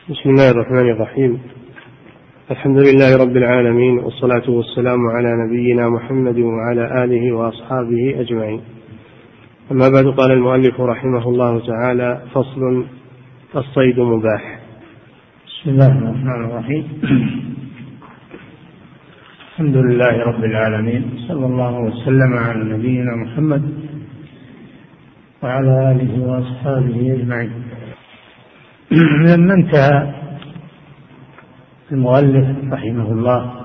بسم الله الرحمن الرحيم. الحمد لله رب العالمين، والصلاة والسلام على نبينا محمد وعلى آله وأصحابه أجمعين. أما بعد، قال المؤلف رحمه الله تعالى: فصل: الصيد مباح. بسم الله الرحمن الرحيم. الحمد لله رب العالمين، صلى الله وسلم على نبينا محمد وعلى آله وأصحابه أجمعين. لما انتهى المؤلف رحمه الله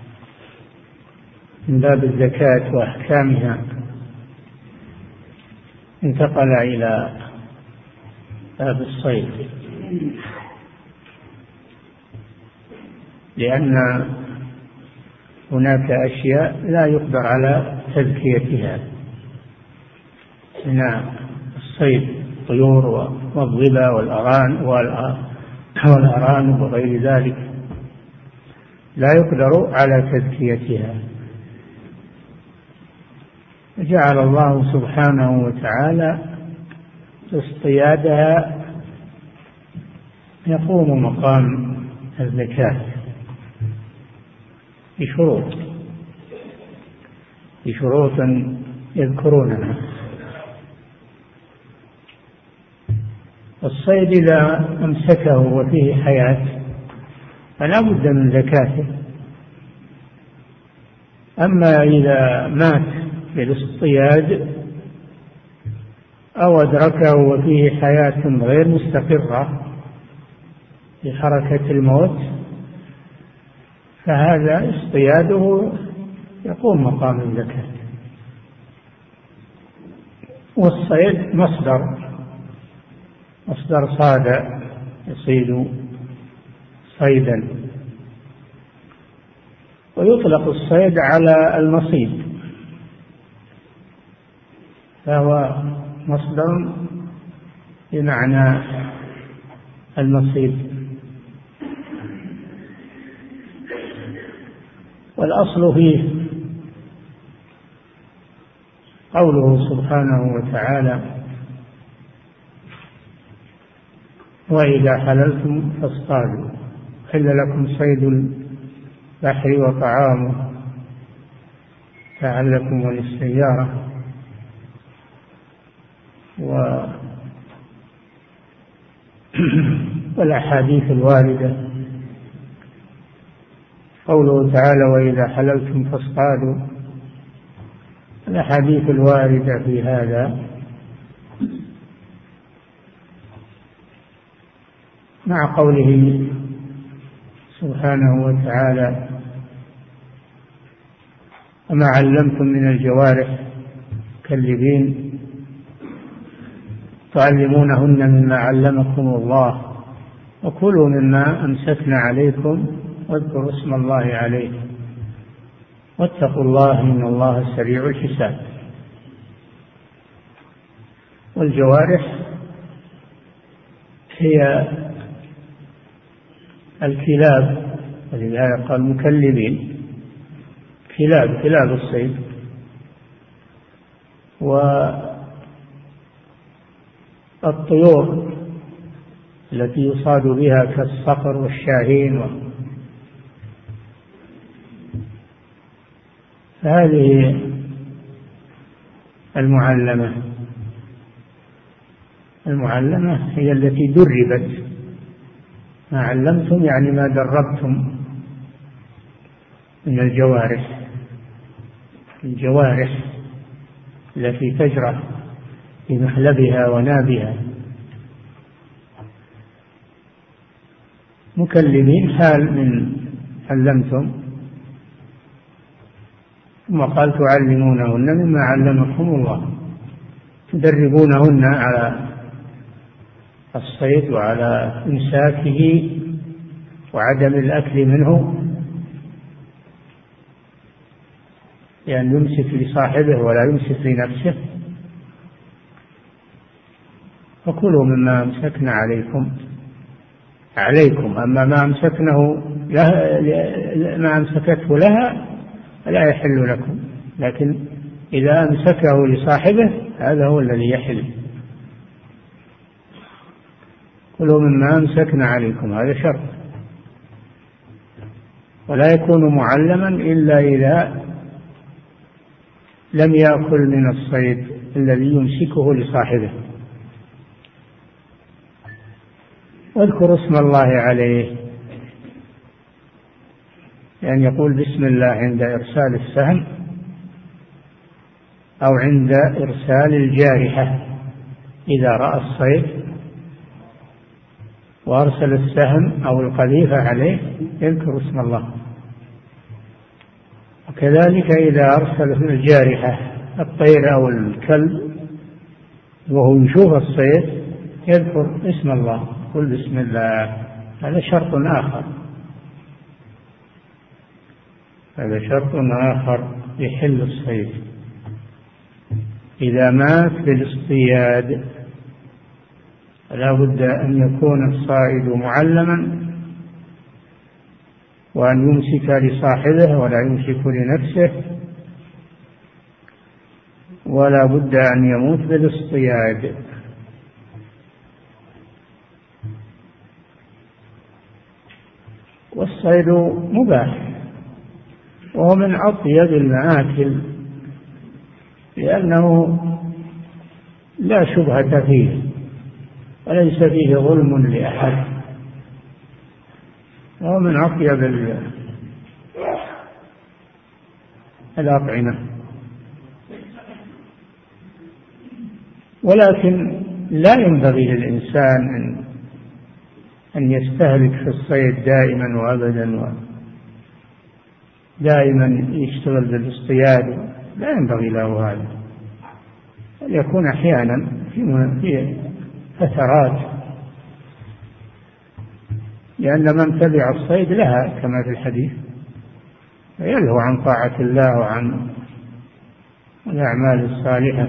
من باب الزكاة وأحكامها، انتقل إلى باب الصيد، لأن هناك أشياء لا يقدر على تزكيتها من الصيد، الطيور والظبا والأرانب وغير ذلك، لا يقدر على تزكيتها. جعل الله سبحانه وتعالى اصطيادها يقوم مقام الزكاة بشروط يذكرونها. الصيد إذا أمسكه وفيه حياة فلا بد من زكاته، أما إذا مات بالاصطياد أو أدركه وفيه حياة غير مستقرة بحركة الموت، فهذا اصطياده يقوم مقام الزكاة. والصيد مصدر صاد يصيد صيدا، ويطلق الصيد على المصيد، فهو مصدر بمعنى المصيد. والأصل فيه قوله سبحانه وتعالى: وإذا حللتم فاصطادوا، حل لكم صيد البحر وطعامه لعلكم وللسيارة. والأحاديث الواردة، قوله تعالى: وإذا حللتم فاصطادوا، الأحاديث الواردة في هذا مع قوله سبحانه وتعالى: وما علمتم من الجوارح كاللبين تعلمونهن مما علمكم الله وكلوا مما أمسكنا عليكم واذكروا اسم الله عليه واتقوا الله إن الله سريع الحساب. والجوارح هي الكلاب، ولذلك قال مكلبين، كلاب الصيد. والطيور التي يصاد بها كالصقر والشاهين، فهذه المعلمة هي التي دربت. ما علمتم يعني ما دربتم من الجوارح التي تجرى في محلبها ونابها. مكلمين حال من علمتم، ثم قال تعلمونهن مما علمكم الله، تدربونهن على الصيد وعلى إمساكه وعدم الأكل منه، لأن يمسك لصاحبه ولا يمسك لنفسه. فكلوا مما أمسكنا عليكم. أما ما أمسكته لها لا يحل لكم، لكن إذا أمسكه لصاحبه هذا هو الذي يحل. كلوا مما أمسكنا عليكم، هذا شرط. ولا يكون معلما إلا إذا لم يأكل من الصيد الذي يمسكه لصاحبه. واذكر اسم الله عليه، يعني يقول بسم الله عند إرسال السهم أو عند إرسال الجارحة. إذا رأى الصيد وأرسل السهم أو القذيفة عليه يذكر اسم الله. وكذلك إذا أرسل الجارحة الطير أو الكلب وهو يشوف الصيد يذكر اسم الله، قل بسم الله. هذا شرط آخر، هذا شرط آخر يحل الصيد. إذا مات بالاصطياد لا بد أن يكون الصائد معلما، وأن يمسك لصاحبه ولا يمسك لنفسه، ولا بد أن يموت بالاصطياد. والصيد مباح وهو من أطيب المآكل، لأنه لا شبهة فيه وليس فيه ظلم لأحد، وهو من أطيب الأطعمة. ولكن لا ينبغي للإنسان أن يستهلك في الصيد دائما وأبدا، دائما يشتغل بالاصطياد، لا ينبغي له هذا. يكون أحيانا في فترات، لأن من تبع الصيد لها كما في الحديث، يلهو عن طاعة الله وعن الأعمال الصالحة.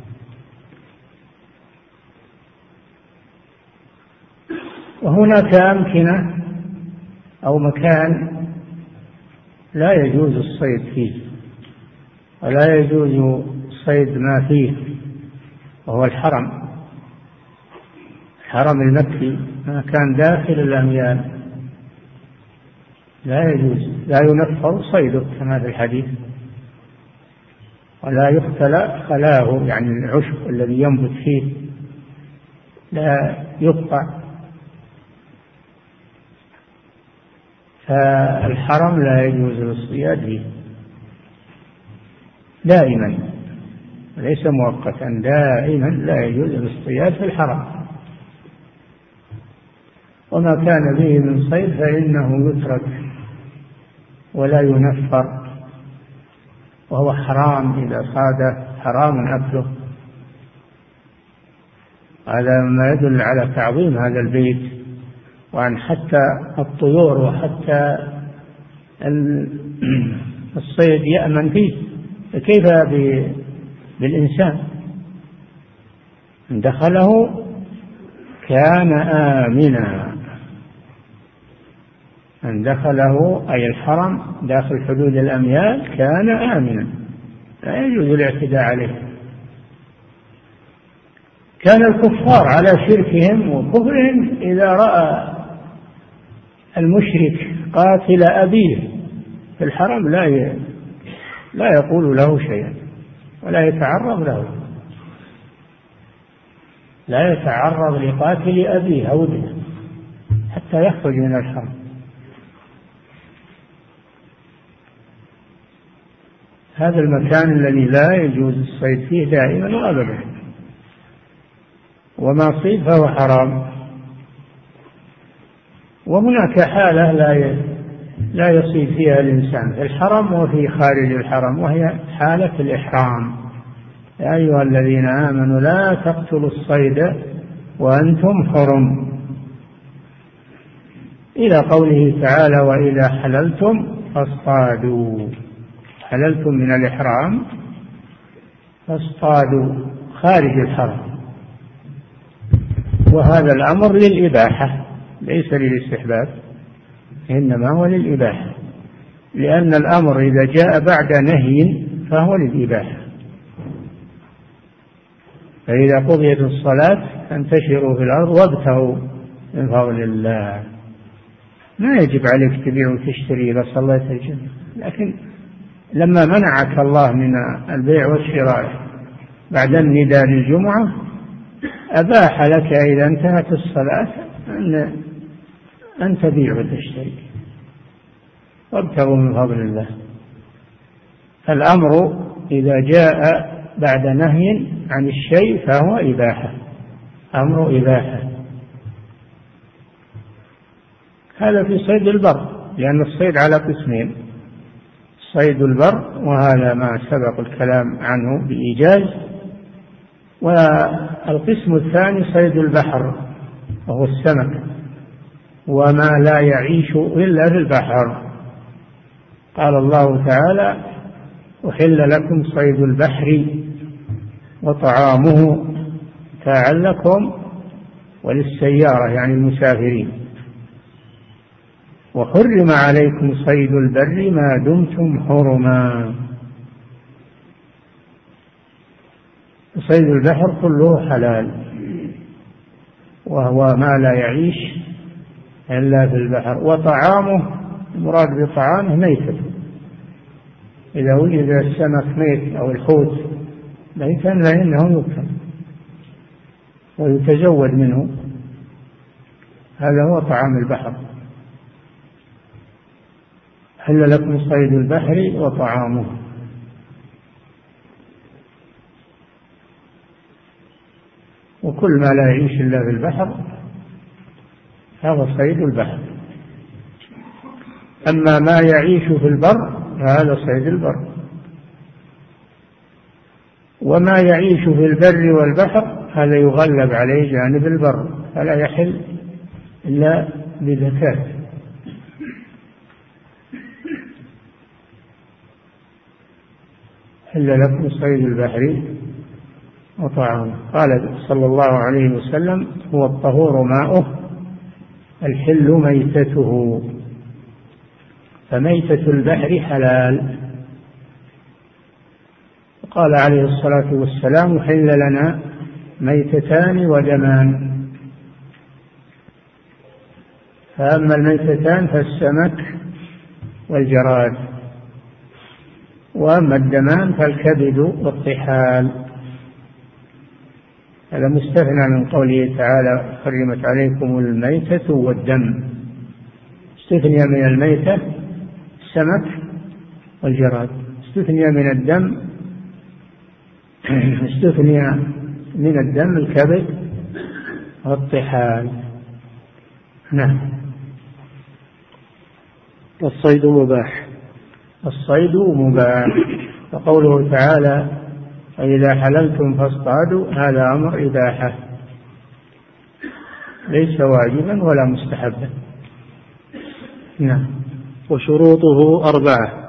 وهناك أمكنة أو مكان لا يجوز الصيد فيه، ولا يجوز صيد ما فيه، وهو الحرم المكي، ما كان داخل الأميال لا يجوز، لا ينفر صيده كما في الحديث، ولا يختلى خلاه، يعني العشب الذي ينبت فيه لا يقطع. فالحرم لا يجوز الاصطياد فيه دائما، ليس مؤقتا، دائما لا يجوز الاصطياد في الحرم. وما كان به من صيد فإنه يترك ولا ينفر، وهو حرام إذا صاد، حرام أكله. هذا ما يدل على تعظيم هذا البيت، وأن حتى الطيور وحتى الصيد يأمن فيه، فكيف بالإنسان؟ إن دخله كان آمنا، أن دخله أي الحرم داخل حدود الأميال كان آمنا، لا يجوز الاعتداء عليه. كان الكفار على شركهم وكفرهم إذا رأى المشرك قاتل أبيه في الحرم لا يقول له شيئا ولا يتعرض له، لا يتعرض لقاتل أبيه أو ابنه حتى يخرج من الحرم. هذا المكان الذي لا يجوز الصيد فيه دائما وأبدا، وما صيد فهو حرام. وهناك حالة لا يصيد فيها الإنسان في الحرم وفي خارج الحرم، وهي حالة الإحرام. يا أيها الذين آمنوا لا تقتلوا الصيد وأنتم حرم، إلى قوله تعالى وإذا حللتم فاصطادوا. حللتم من الإحرام فاصطادوا خارج الحرم، وهذا الأمر للإباحة ليس للاستحباب، إنما هو للإباحة، لأن الأمر إذا جاء بعد نهي فهو للإباحة. فإذا قضيت الصلاة فانتشروا في الأرض وابتغوا من فضل الله. ما يجب عليك تبيع وتشتري إذا صليت الجمعة، لكن لما منعك الله من البيع والشراء بعد النداء للجمعة أباح لك إذا انتهت الصلاة أن تبيع وتشتري وابتغوا من فضل الله. الأمر إذا جاء بعد نهي عن الشيء فهو إباحة، أمر إباحة. هذا في صيد البر، لأن الصيد على قسمين: صيد البر وهذا ما سبق الكلام عنه بإيجاز، والقسم الثاني صيد البحر وهو السمك وما لا يعيش إلا في البحر. قال الله تعالى: أحل لكم صيد البحر وطعامه متاعا لكم وللسيارة يعني المسافرين، وحرم عليكم صيد البر ما دمتم حرما. صيد البحر كله حلال، وهو ما لا يعيش إلا في البحر. وطعامه المراد بطعامه ميتة، إذا وجد السمك ميت أو الحوت ميتا فإنه يؤكل ويتزود منه، هذا هو طعام البحر. حل لكم صيد البحر وطعامه. وكل ما لا يعيش إلا في البحر هذا صيد البحر. أما ما يعيش في البر فهذا صيد البر. وما يعيش في البر والبحر هذا يغلب عليه جانب البر فلا يحل إلا بزكاة. حل لكم صيد البحر وطعامه. قال صلى الله عليه وسلم: هو الطهور ماؤه الحل ميتته. فميتة البحر حلال. قال عليه الصلاة والسلام: حل لنا ميتتان ودمان. فأما الميتتان فالسمك والجراد، وأما الدمان فالكبد والطحال. هذا مستثنى من قوله تعالى: حرمت عليكم الميتة والدم. استثني من الميتة السمك والجراد، استثني من الدم الكبد والطحال. نعم. الصيد مباح. الصيد مباح. وقوله تعالى: فإذا حللتم فاصطادوا، هذا أمر إباحة ليس واجبا ولا مستحبا. نعم. وشروطه 4.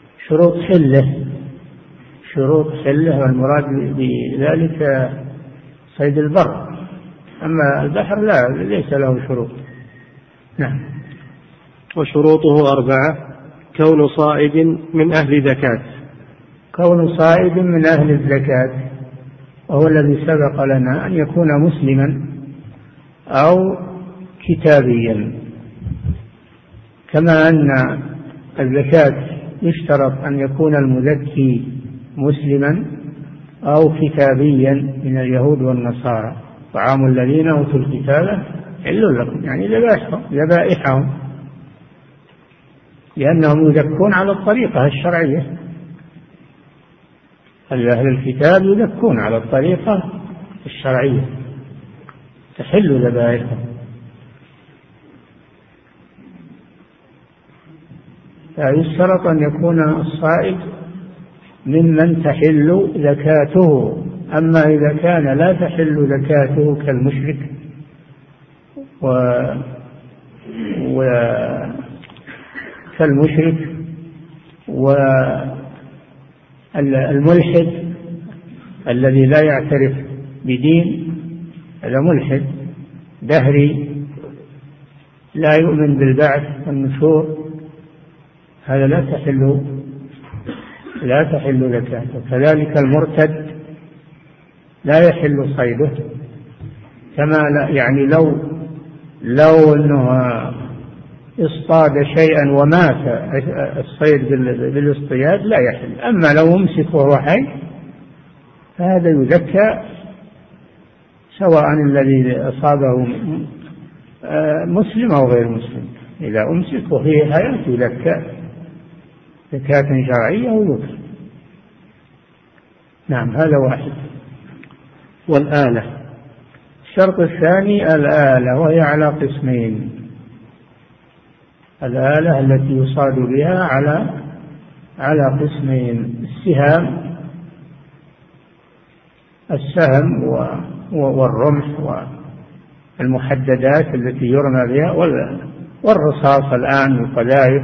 شروط حله والمراد بذلك صيد البر. أما البحر لا، ليس له شروط. نعم. وشروطه 4: كون صائد من أهل زكاة. كون صائد من أهل الزكاة وهو الذي سبق لنا أن يكون مسلما أو كتابيا، كما أن الزكاة يشترط أن يكون المزكي مسلما أو كتابيا من اليهود والنصارى. طعام الذين أوتوا الكتاب حل لكم، يعني ذبائحهم، لأنهم يزكون على الطريقة الشرعية. أهل الكتاب يزكون على الطريقة الشرعية، تحل ذبائحهم. فيشترط أن يكون الصائد ممن تحل زكاته. أما إذا كان لا تحل زكاته كالمشرك كالمشرك والملحد الذي لا يعترف بدين، هذا ملحد دهري لا يؤمن بالبعث والنشور، هذا لا تحل زكاته. كذلك المرتد لا يحل صيده. كما يعني لو أنه اصطاد شيئا ومات الصيد بالاصطياد لا يحل. أما لو أمسك وهو حي فهذا يذكى، سواء الذي أصابه مسلم أو غير مسلم. إذا أمسك وفيه حياة يذكى زكاة شرعية ويذكى. نعم، هذا واحد. والآلة، الشرط الثاني الآلة، وهي على قسمين: الآلة التي يصاد بها على قسمين: السهم والرمح والمحددات التي يرمى بها، والرصاص الآن والقذائف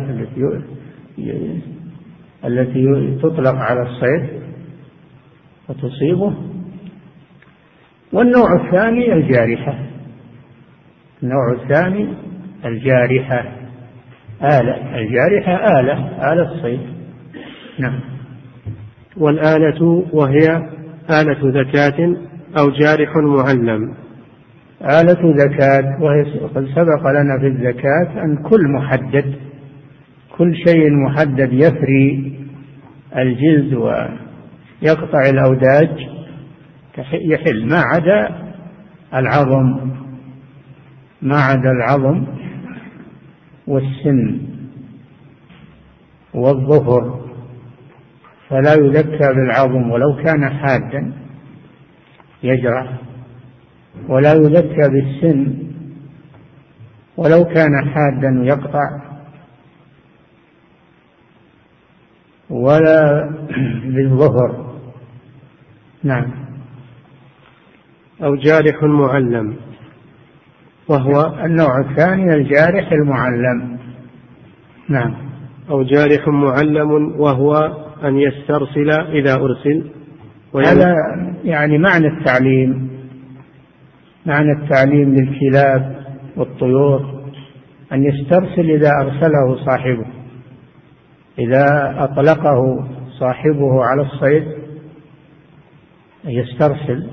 التي تطلق على الصيد وتصيبه. والنوع الثاني الجارحة. النوع الثاني الجارحة، آلة. الجارحة آلة الصيد. نعم. والآلة وهي آلة زكاة أو جارح معلم. آلة زكاة، وهي قد سبق لنا في الزكاة أن كل شيء محدد يفري الجلد ويقطع الأوداج يحل، ما عدا العظم والسن والظفر، فلا يذكى بالعظم ولو كان حادا يجرح، ولا يذكى بالسن ولو كان حادا يقطع، ولا بالظفر. نعم. أو جارح معلم، وهو النوع الثاني الجارح المعلم. نعم. أو جارح معلم وهو أن يسترسل إذا أرسل. هذا يعني معنى التعليم للكلاب والطيور، أن يسترسل إذا أرسله صاحبه، إذا أطلقه صاحبه على الصيد يسترسل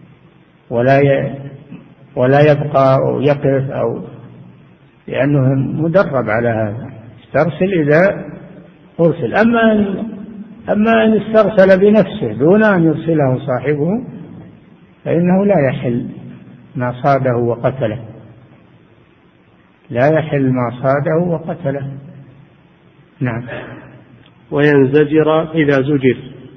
ولا يبقى أو يقف، لأنه مدرب على هذا. استرسل إذا أرسل. أما أن استرسل بنفسه دون أن يرسله صاحبه فإنه لا يحل ما صاده وقتله، لا يحل ما صاده وقتله. نعم. وينزجر إذا زجر،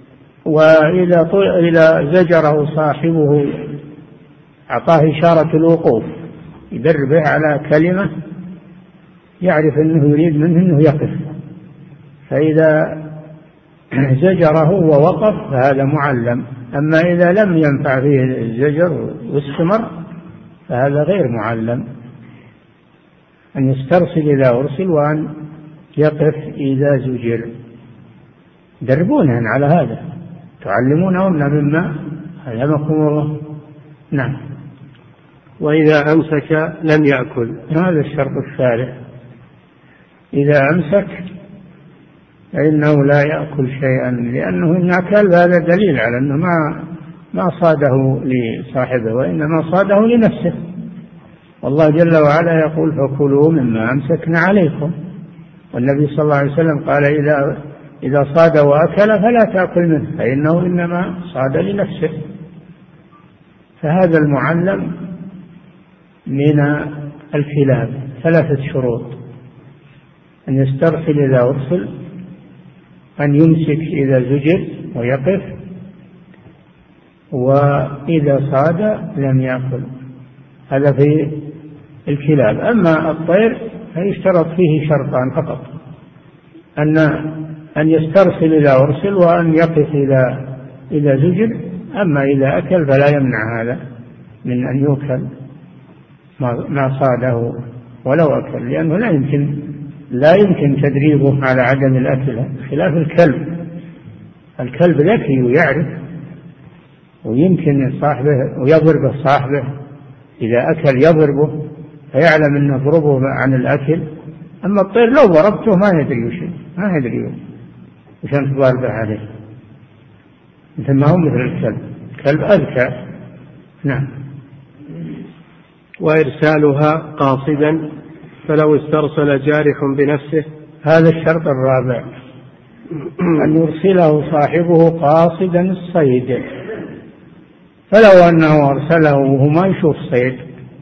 وإذا زجره صاحبه أعطاه إشارة الوقوف، يدربه على كلمة يعرف أنه يريد منه أنه يقف، فإذا زجره ووقف فهذا معلم. أما إذا لم ينفع فيه الزجر واستمر فهذا غير معلم. أن يسترسل إذا أرسل، وأن يقف إذا زجر. دربونهم على هذا، تعلمونهم مما علمكم الله. نعم. وإذا أمسك لم يأكل، هذا الشرط الثالث. إذا أمسك فإنه لا يأكل شيئا، لأنه إن أكل هذا دليل على أنه ما صاده لصاحبه، وإنما صاده لنفسه. والله جل وعلا يقول: فكلوا مما أمسكنا عليكم. والنبي صلى الله عليه وسلم قال: إذا صاد وأكل فلا تأكل منه، فإنه إنما صاد لنفسه. فهذا المعلم من الكلاب 3 شروط: أن يسترسل إذا أرسل، أن يمسك إذا زجر ويقف، وإذا صاد لم يأكل. هذا في الكلاب. أما الطير فيشترط فيه شرطان فقط: أن يسترسل إذا أرسل، وأن يقف إذا زجر. أما إذا أكل فلا يمنع هذا من أن يؤكل ما صاده ولو أكل، لأنه لا يمكن تدريبه على عدم الأكل، خلاف الكلب ذكي ويعرف، ويمكن صاحبه ويضرب صاحبه إذا أكل، يضربه فيعلم أنه ضربه عن الأكل. أما الطير لو ضربته ما يدري وشان تضاربه عليه، مثل ما هو مثل الكلب. الكلب أذكى. نعم. وإرسالها قاصدا فلو استرسل جارح بنفسه. هذا الشرط الرابع، أن يرسله صاحبه قاصدا الصيد، فلو أنه أرسله وهو ما يشوف صيد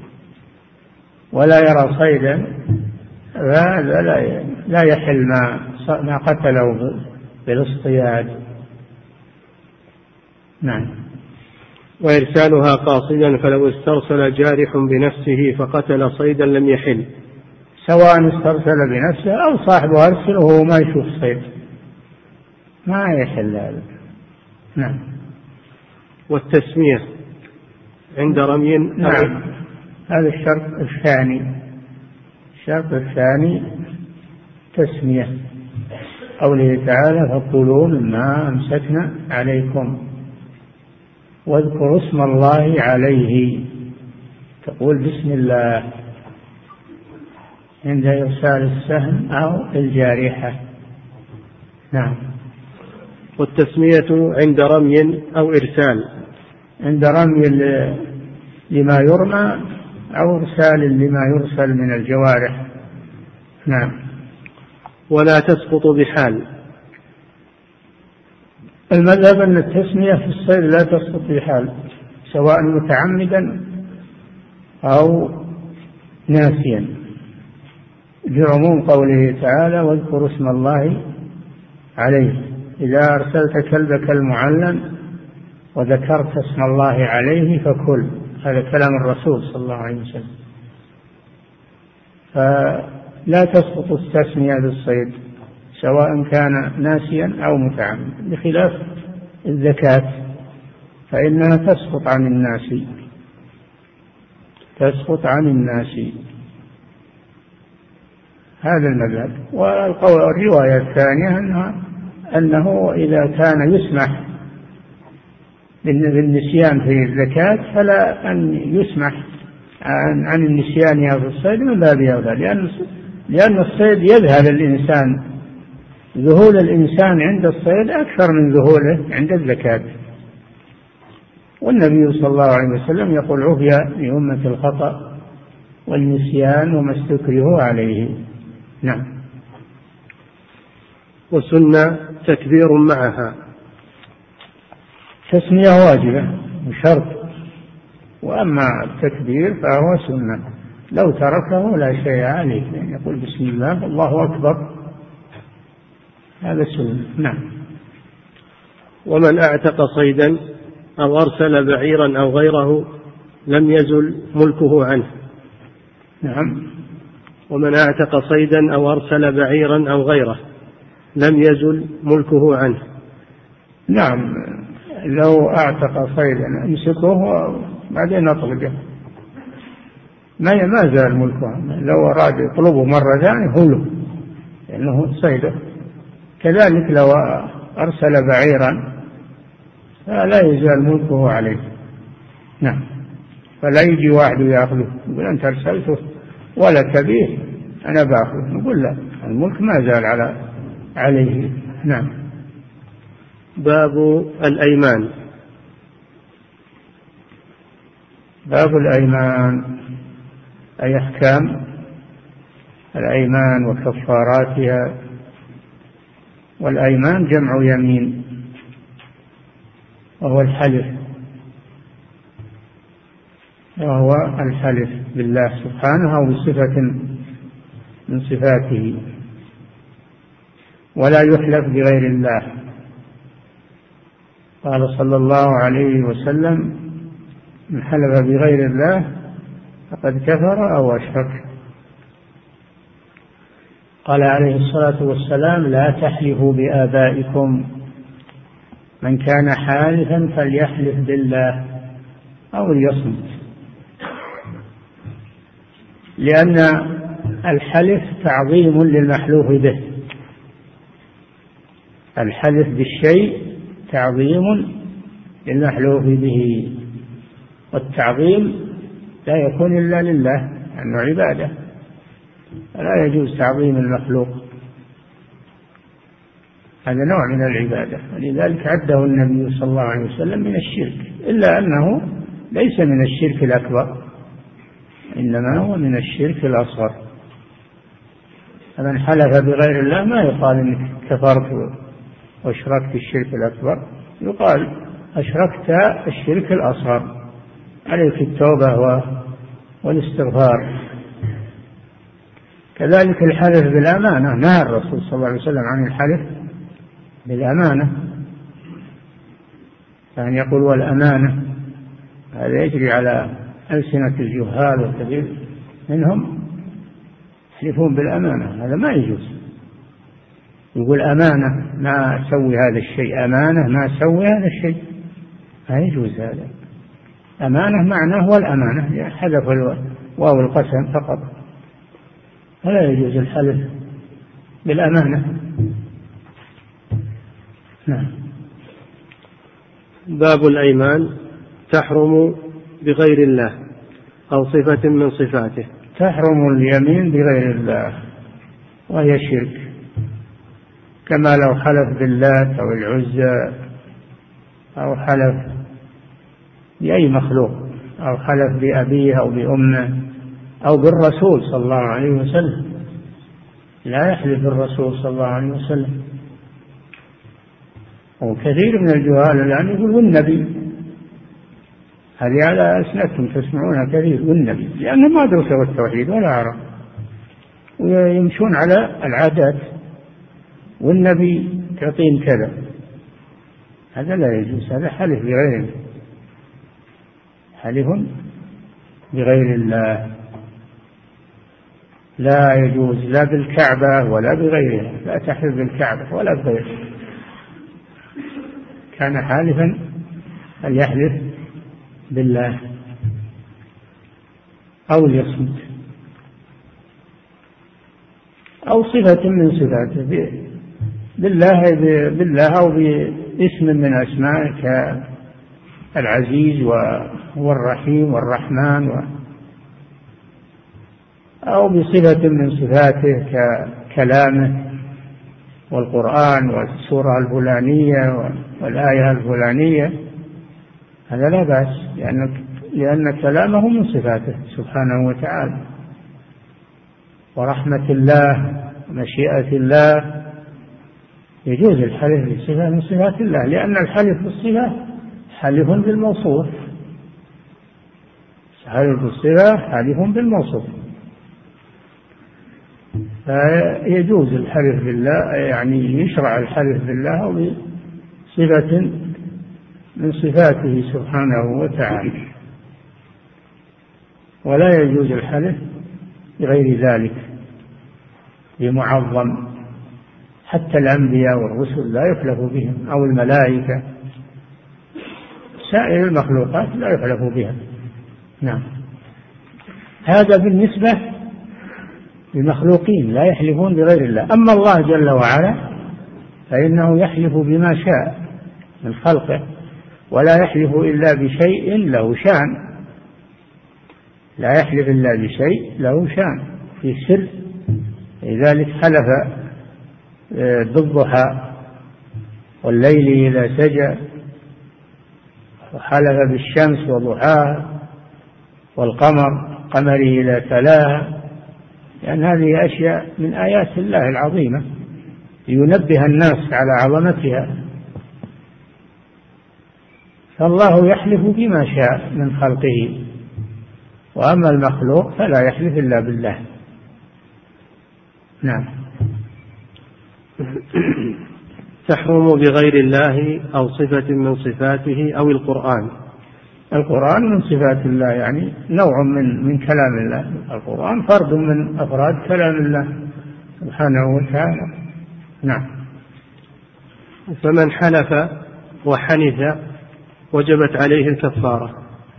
ولا يرى صيدا فهذا لا يحل ما قتله بالاصطياد. نعم. وإرسالها قاصدا فلو استرسل جارح بنفسه فقتل صيدا لم يحل، سواء استرسل بنفسه أو صاحبه أرسله وهو ما يشوف صيد، ما يحل هذا. نعم. والتسمية عند رمي. نعم. هذا الشرط الثاني. الشرط الثاني تسمية، قوله تعالى فكلوا مما أمسكنا عليكم واذكروا اسم الله عليه، تقول بسم الله عند إرسال السهم أو الجارحة. نعم. والتسمية عند رمي أو إرسال، عند رمي لما يرمى أو إرسال لما يرسل من الجوارح. نعم. ولا تسقط بحال. المذهب أن التسمية في الصيد لا تسقط بحال، سواء متعمدا أو ناسيا، بعموم قوله تعالى واذكروا اسم الله عليه. إذا أرسلت كلبك المعلم وذكرت اسم الله عليه فكل، هذا كلام الرسول صلى الله عليه وسلم. فلا تسقط التسمية بالصيد سواء كان ناسيا أو متعمد، بخلاف الزكاة فإنها تسقط عن الناس، تسقط عن الناس. هذا المذهب. والرواية الثانية أنه إذا كان يسمح بالنسيان في الزكاة فلا أن يسمح عن النسيان في الصيد من باب أولى، لأن الصيد يذهل الإنسان، ذهول الإنسان عند الصيد أكثر من ذهوله عند الزكاة. والنبي صلى الله عليه وسلم يقول عفي لأمة الخطأ والنسيان وما استكرهوا عليه. نعم. وسنة تكبير معها. تسمية واجبة وشرط، وأما التكبير فهو سنة، لو تركه لا شيء عليه، يعني يقول بسم الله الله أكبر، هذا سنة. نعم. ومن أعتق صيدا أو أرسل بعيرا أو غيره لم يزل ملكه عنه. نعم. ومن أعتق صيدا أو أرسل بعيرا أو غيره لم يزل ملكه عنه. نعم. لو أعتق صيدا امسكه بعدين أطلقه ما زال ملكه، لو أراد يطلبه مرة ثانية هو له لأنه صيده. كذلك لو أرسل بعيرا فلا يزال ملكه عليه. نعم. فلا يجي واحد يأخذه يقول أنت أرسلته ولا تبيه أنا بأخذه، نقول لا، الملك ما زال عليه. نعم. باب الأيمان. باب الأيمان أي أحكام الأيمان وكفاراتها. والأيمان جمع يمين وهو الحلف بالله سبحانه أو بصفة من صفاته، ولا يحلف بغير الله. قال صلى الله عليه وسلم من حلف بغير الله فقد كفر أو أشرك. قال عليه الصلاة والسلام لا تحلفوا بآبائكم، من كان حالفا فليحلف بالله أو ليصمت، لأن الحلف تعظيم للمحلوف به، الحلف بالشيء تعظيم للمحلوف به، والتعظيم لا يكون إلا لله لأنه عبادة، لا يجوز تعظيم المخلوق، هذا نوع من العبادة، ولذلك عده النبي صلى الله عليه وسلم من الشرك، إلا أنه ليس من الشرك الأكبر، إنما هو من الشرك الأصغر. فمن حلف بغير الله ما يقال إنك كفرت وأشركت الشرك الأكبر، يقال أشركت الشرك الأصغر، عليك التوبة والاستغفار. كذلك الحلف بالأمانة، نهى الرسول صلى الله عليه وسلم عن الحلف بالأمانة، كان يقول والأمانة، هذا يجري على ألسنة الجهال والكثير منهم يحلفون بالأمانة، هذا ما يجوز. يقول أمانة ما أسوي هذا الشيء، أمانة ما أسوي هذا الشيء، ما يجوز هذا. أمانة معناه هو الأمانة، حذف واو القسم فقط، فلا يجوز الحلف بالأمانة. نعم. باب الأيمان تحرم بغير الله أو صفة من صفاته. تحرم اليمين بغير الله وهي شرك، كما لو حلف باللات أو العزى أو حلف بأي مخلوق أو حلف بأبيه أو بأمه أو بالرسول صلى الله عليه وسلم، لا يحلف بالرسول صلى الله عليه وسلم. وكثير من الجهال الآن يقول والنبي، هذه على ألسنتهم تسمعونها كثير، والنبي، لأنهم ما درسوا التوحيد ولا عرف، ويمشون على العادات، والنبي تعطين كذا، هذا لا يجوز، هذا حلف بغيره، حلف بغير الله لا يجوز، لا بالكعبة ولا بغيرها، لا تحلف بالكعبة ولا بغيرها، كان حالفا فليحلف بالله أو ليصمت، أو صفة من صفاته بالله أو باسم من أسمائه كالعزيز والرحيم والرحمن، أو بصفة من صفاته ككلامه والقرآن والسورة الفلانية والآية الفلانية، هذا لا بأس، لأن كلامه من صفاته سبحانه وتعالى. ورحمة الله ومشيئة الله يجوز الحلف بصفة من صفات الله، لأن الحلف بالصفة حلف بالموصوف، حلف بالصفة حلف بالموصوف، فيجوز الحلف بالله، يعني يشرع الحلف بالله أو بصفة من صفاته سبحانه وتعالى، ولا يجوز الحلف بغير ذلك بمعظم، حتى الأنبياء والرسل لا يحلف بهم، أو الملائكة، سائر المخلوقات لا يحلف بها. نعم. هذا بالنسبة للمخلوقين لا يحلفون بغير الله. أما الله جل وعلا فإنه يحلف بما شاء من خلقه، ولا يحلف إلا بشيء له شان، لا يحلف إلا بشيء له شان في سر، لذلك حلف بالضحى والليل إذا سجى، وحلف بالشمس وضحاها والقمر إذا تلاها، لأن هذه أشياء من آيات الله العظيمة لينبه الناس على عظمتها. فالله يحلف بما شاء من خلقه، وأما المخلوق فلا يحلف إلا بالله. نعم. تحرم بغير الله أو صفة من صفاته أو القرآن. القرآن من صفات الله، يعني نوع من كلام الله، القرآن فرد من أفراد كلام الله سبحانه وتعالى. نعم. فمن حلف وحنث وجبت عليه الكفارة.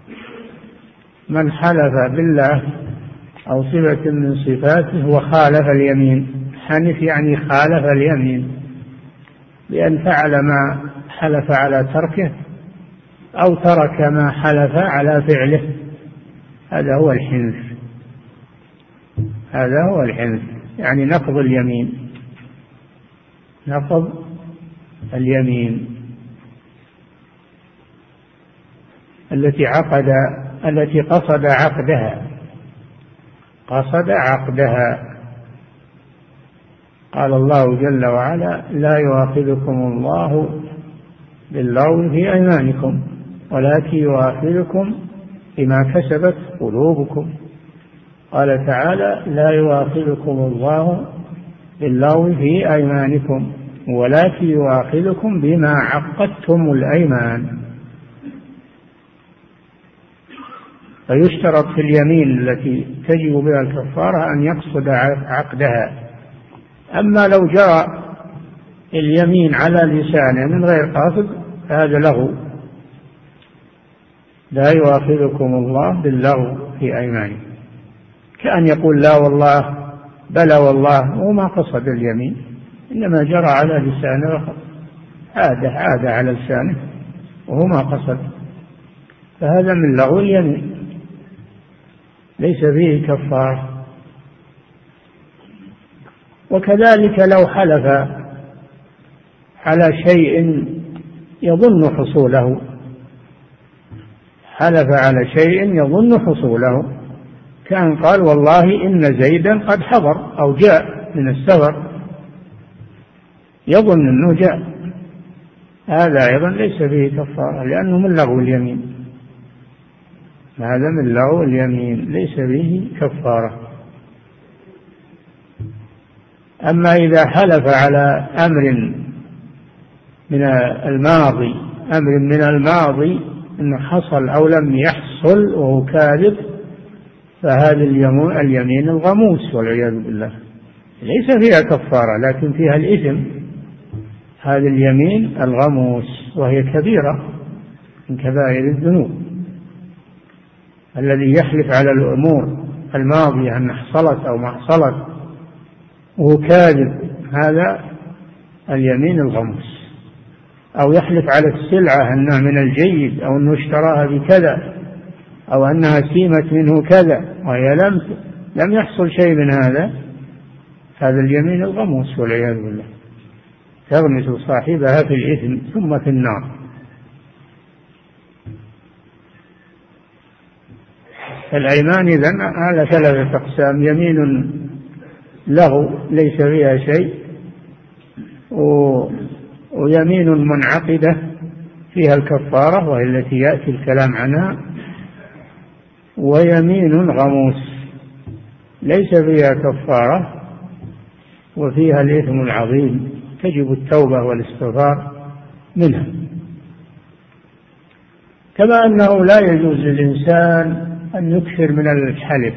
من حلف بالله أو صفة من صفاته وخالف اليمين، حنث يعني خالف اليمين بأن فعل ما حلف على تركه أو ترك ما حلف على فعله، هذا هو الحنث، هذا هو الحنث، يعني نقض اليمين، نقض اليمين التي قصد عقدها، قصد عقدها. قال الله جل وعلا: لا يؤاخذكم الله باللغو في أيمانكم ولكن يؤاخذكم بما كسبت قلوبكم. قال تعالى: لا يؤاخذكم الله باللغو في أيمانكم ولكن يؤاخذكم بما عقدتم الأيمان. فيشترط في اليمين التي تجب بها الكفارة أن يقصد عقدها. أما لو جرى اليمين على لسانه من غير قصد فهذا لغو. لا يؤاخذكم الله باللغو في أيمانكم، كأن يقول لا والله بلى والله وما قصد اليمين، إنما جرى على لسانه عاد على لسانه وهو ما قصد، فهذا من لغو اليمين ليس فيه كفارة. وكذلك لو حلف على شيء يظن حصوله، حلف على شيء يظن حصوله، كان قال والله إن زيدا قد حضر أو جاء من السفر، يظن أنه جاء، هذا أيضا ليس فيه كفارة لأنه من لغو اليمين، هذا من لغو اليمين ليس فيه كفارة. أما إذا حلف على أمر من الماضي، أمر من الماضي أنه حصل أو لم يحصل وهو كاذب، فهذا اليمين الغموس والعياذ بالله ليس فيها كفارة لكن فيها الإثم. هذه اليمين الغموس وهي كبيرة من كبائر الذنوب. الذي يحلف على الأمور الماضية أن حصلت أو ما حصلت وهو كاذب، هذا اليمين الغموس. أو يحلف على السلعة أنها من الجيد أو أنه اشتراها بكذا أو أنها سيمت منه كذا وهي لم يحصل شيء من هذا، هذا اليمين الغموس والعياذ بالله تغمس صاحبها في الإثم ثم في النار. الأيمان إذن على ثلاثة أقسام: يمين لغو ليس فيها شيء، ويمين منعقدة فيها الكفارة وهي التي يأتي الكلام عنها، ويمين غموس ليس فيها كفارة وفيها الإثم العظيم تجب التوبة والاستغفار منها. كما أنه لا يجوز للإنسان أن يكثر من الحلف،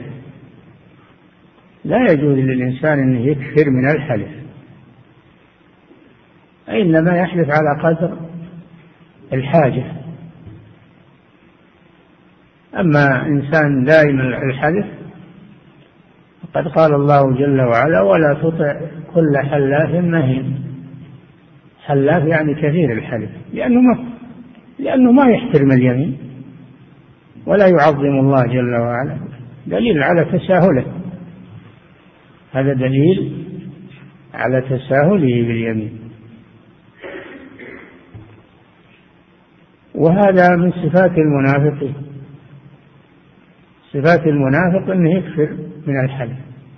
لا يجوز للإنسان أن يكثر من الحلف، إنما يحلف على قدر الحاجة. أما إنسان دائم الحلف قد قال الله جل وعلا: ولا تطع كل حلاف مهين. حلاف يعني كثير الحلف، لأنه ما يحترم اليمين ولا يعظم الله جل وعلا، دليل على تساهله، هذا دليل على تساهله باليمين. وهذا من صفات المنافقين، صفات المنافق أنه يكثر من الحلف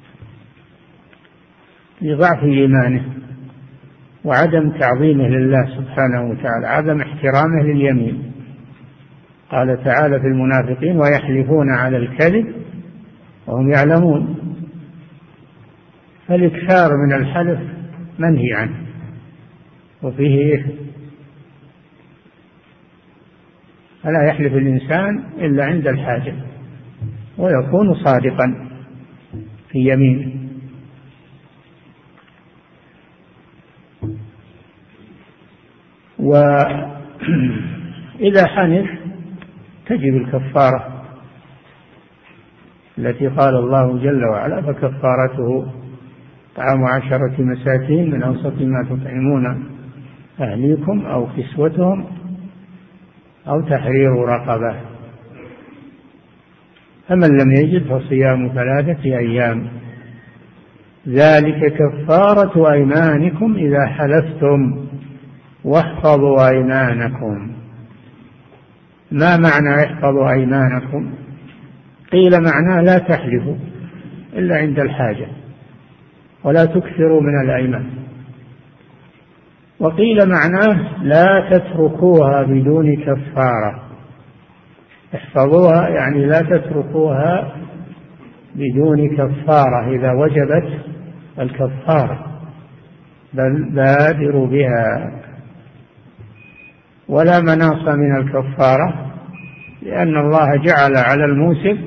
لضعف إيمانه وعدم تعظيمه لله سبحانه وتعالى، عدم احترامه لليمين. قال تعالى في المنافقين: ويحلفون على الكذب وهم يعلمون. فالإكثار من الحلف منهي عنه وفيه إثم، فلا يحلف الإنسان إلا عند الحاجة ويكون صادقا في يمينه. وإذا حنث تجب الكفارة التي قال الله جل وعلا: فكفارته طعام 10 مساكين من أوسط ما تطعمون أهليكم أو كسوتهم أو تحرير رقبة، فمن لم يجد فصيام 3 أيام، ذلك كفارة أيمانكم إذا حلفتم واحفظوا أيمانكم. ما معنى احفظوا أيمانكم؟ قيل معناه لا تحلفوا، إلا عند الحاجة، ولا تكثروا من الأيمان. وقيل معناه لا تتركوها بدون كفارة، احفظوها يعني لا تتركوها بدون كفارة إذا وجبت الكفارة، بل بادروا بها. ولا مناص من الكفارة، لأن الله جعل على الموسر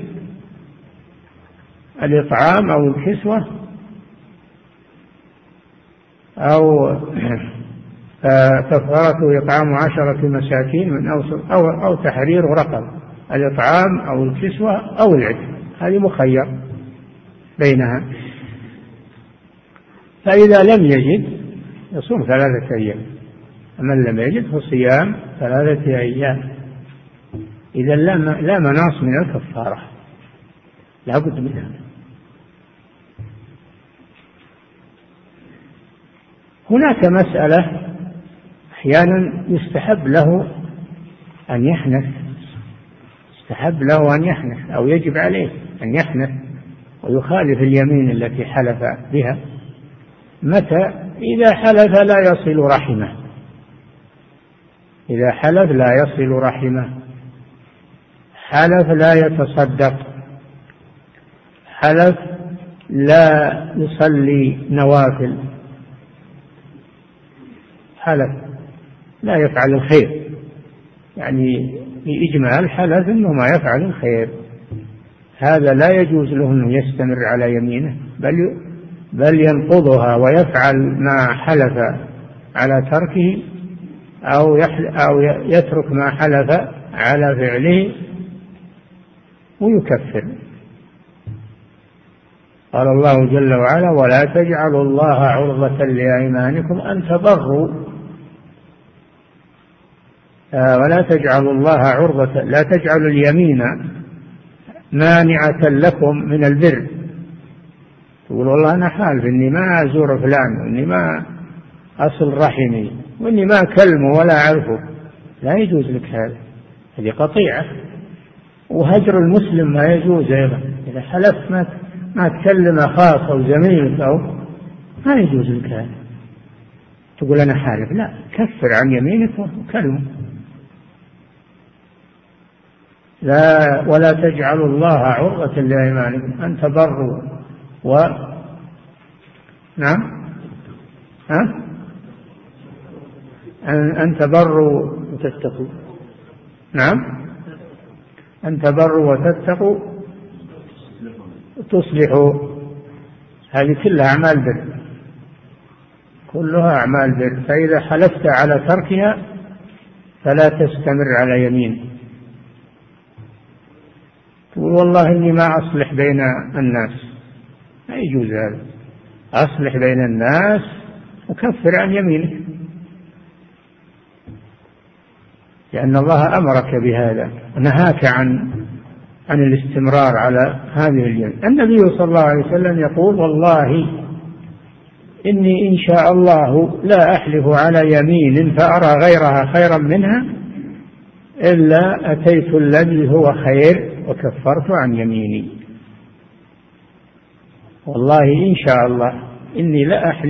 الإطعام أو الكسوة أو كفارته إطعام 10 مساكين من أوسط أو تحرير رقبة، الإطعام أو الكسوة أو العتق، هذه مخير بينها. فإذا لم يجد يصوم 3 أيام، ومن لم يجد فصيام 3 أيام. إذا لا مناص من الكفارة، لا بد منها. هناك مسألة أحيانا يستحب له أن يحنث، يستحب له أن يحنث أو يجب عليه أن يحنث ويخالف اليمين التي حلف بها. متى؟ إذا حلف لا يصل رحمه، إذا حلف لا يصل رحمه، حلف لا يتصدق، حلف لا يصلي نوافل، حلف لا يفعل الخير، يعني بإجمال حلف إنه ما يفعل الخير، هذا لا يجوز له أنه يستمر على يمينه، بل ينقضها ويفعل ما حلف على تركه أو يترك ما حلف على فعله ويكفر. قال الله جل وعلا: ولا تجعلوا الله عرضة لأيمانكم أن تبروا، ولا تجعلوا الله عرضة، لا تجعلوا اليمين مانعة لكم من البر. تقول والله أنا حالف إني ما أزور فلان، وإني ما أصل رحمي، وإني ما أكلمه ولا أعرفه، لا يجوز لك هذا، هذه قطيعة. وهجر المسلم ما يجوز أيضا، إذا حلفت ما تكلم أخاك أو زميلك أو ما يجوز لك هذا، تقول أنا حالف، لا، كفر عن يمينك وكلمه. لا، ولا تجعلوا الله عرضة لأيمانكم أن تبروا نعم، أن تبروا وتتقوا، نعم، أن تبروا وتتقوا وتصلحوا، هذه كلها أعمال بر، كلها أعمال بر. فإذا حلفت على تركها فلا تستمر على يمين، تقول والله إني ما أصلح بين الناس، لا يجوز هذا، أصلح بين الناس وكفر عن يمينك، لأن الله أمرك بهذا، نهاك عن الاستمرار على هذه اليمين. النبي صلى الله عليه وسلم يقول: والله إني إن شاء الله لا أحلف على يمين فأرى غيرها خيرا منها إلا أتيت الذي هو خير وكفرت عن يميني. والله إن شاء الله إني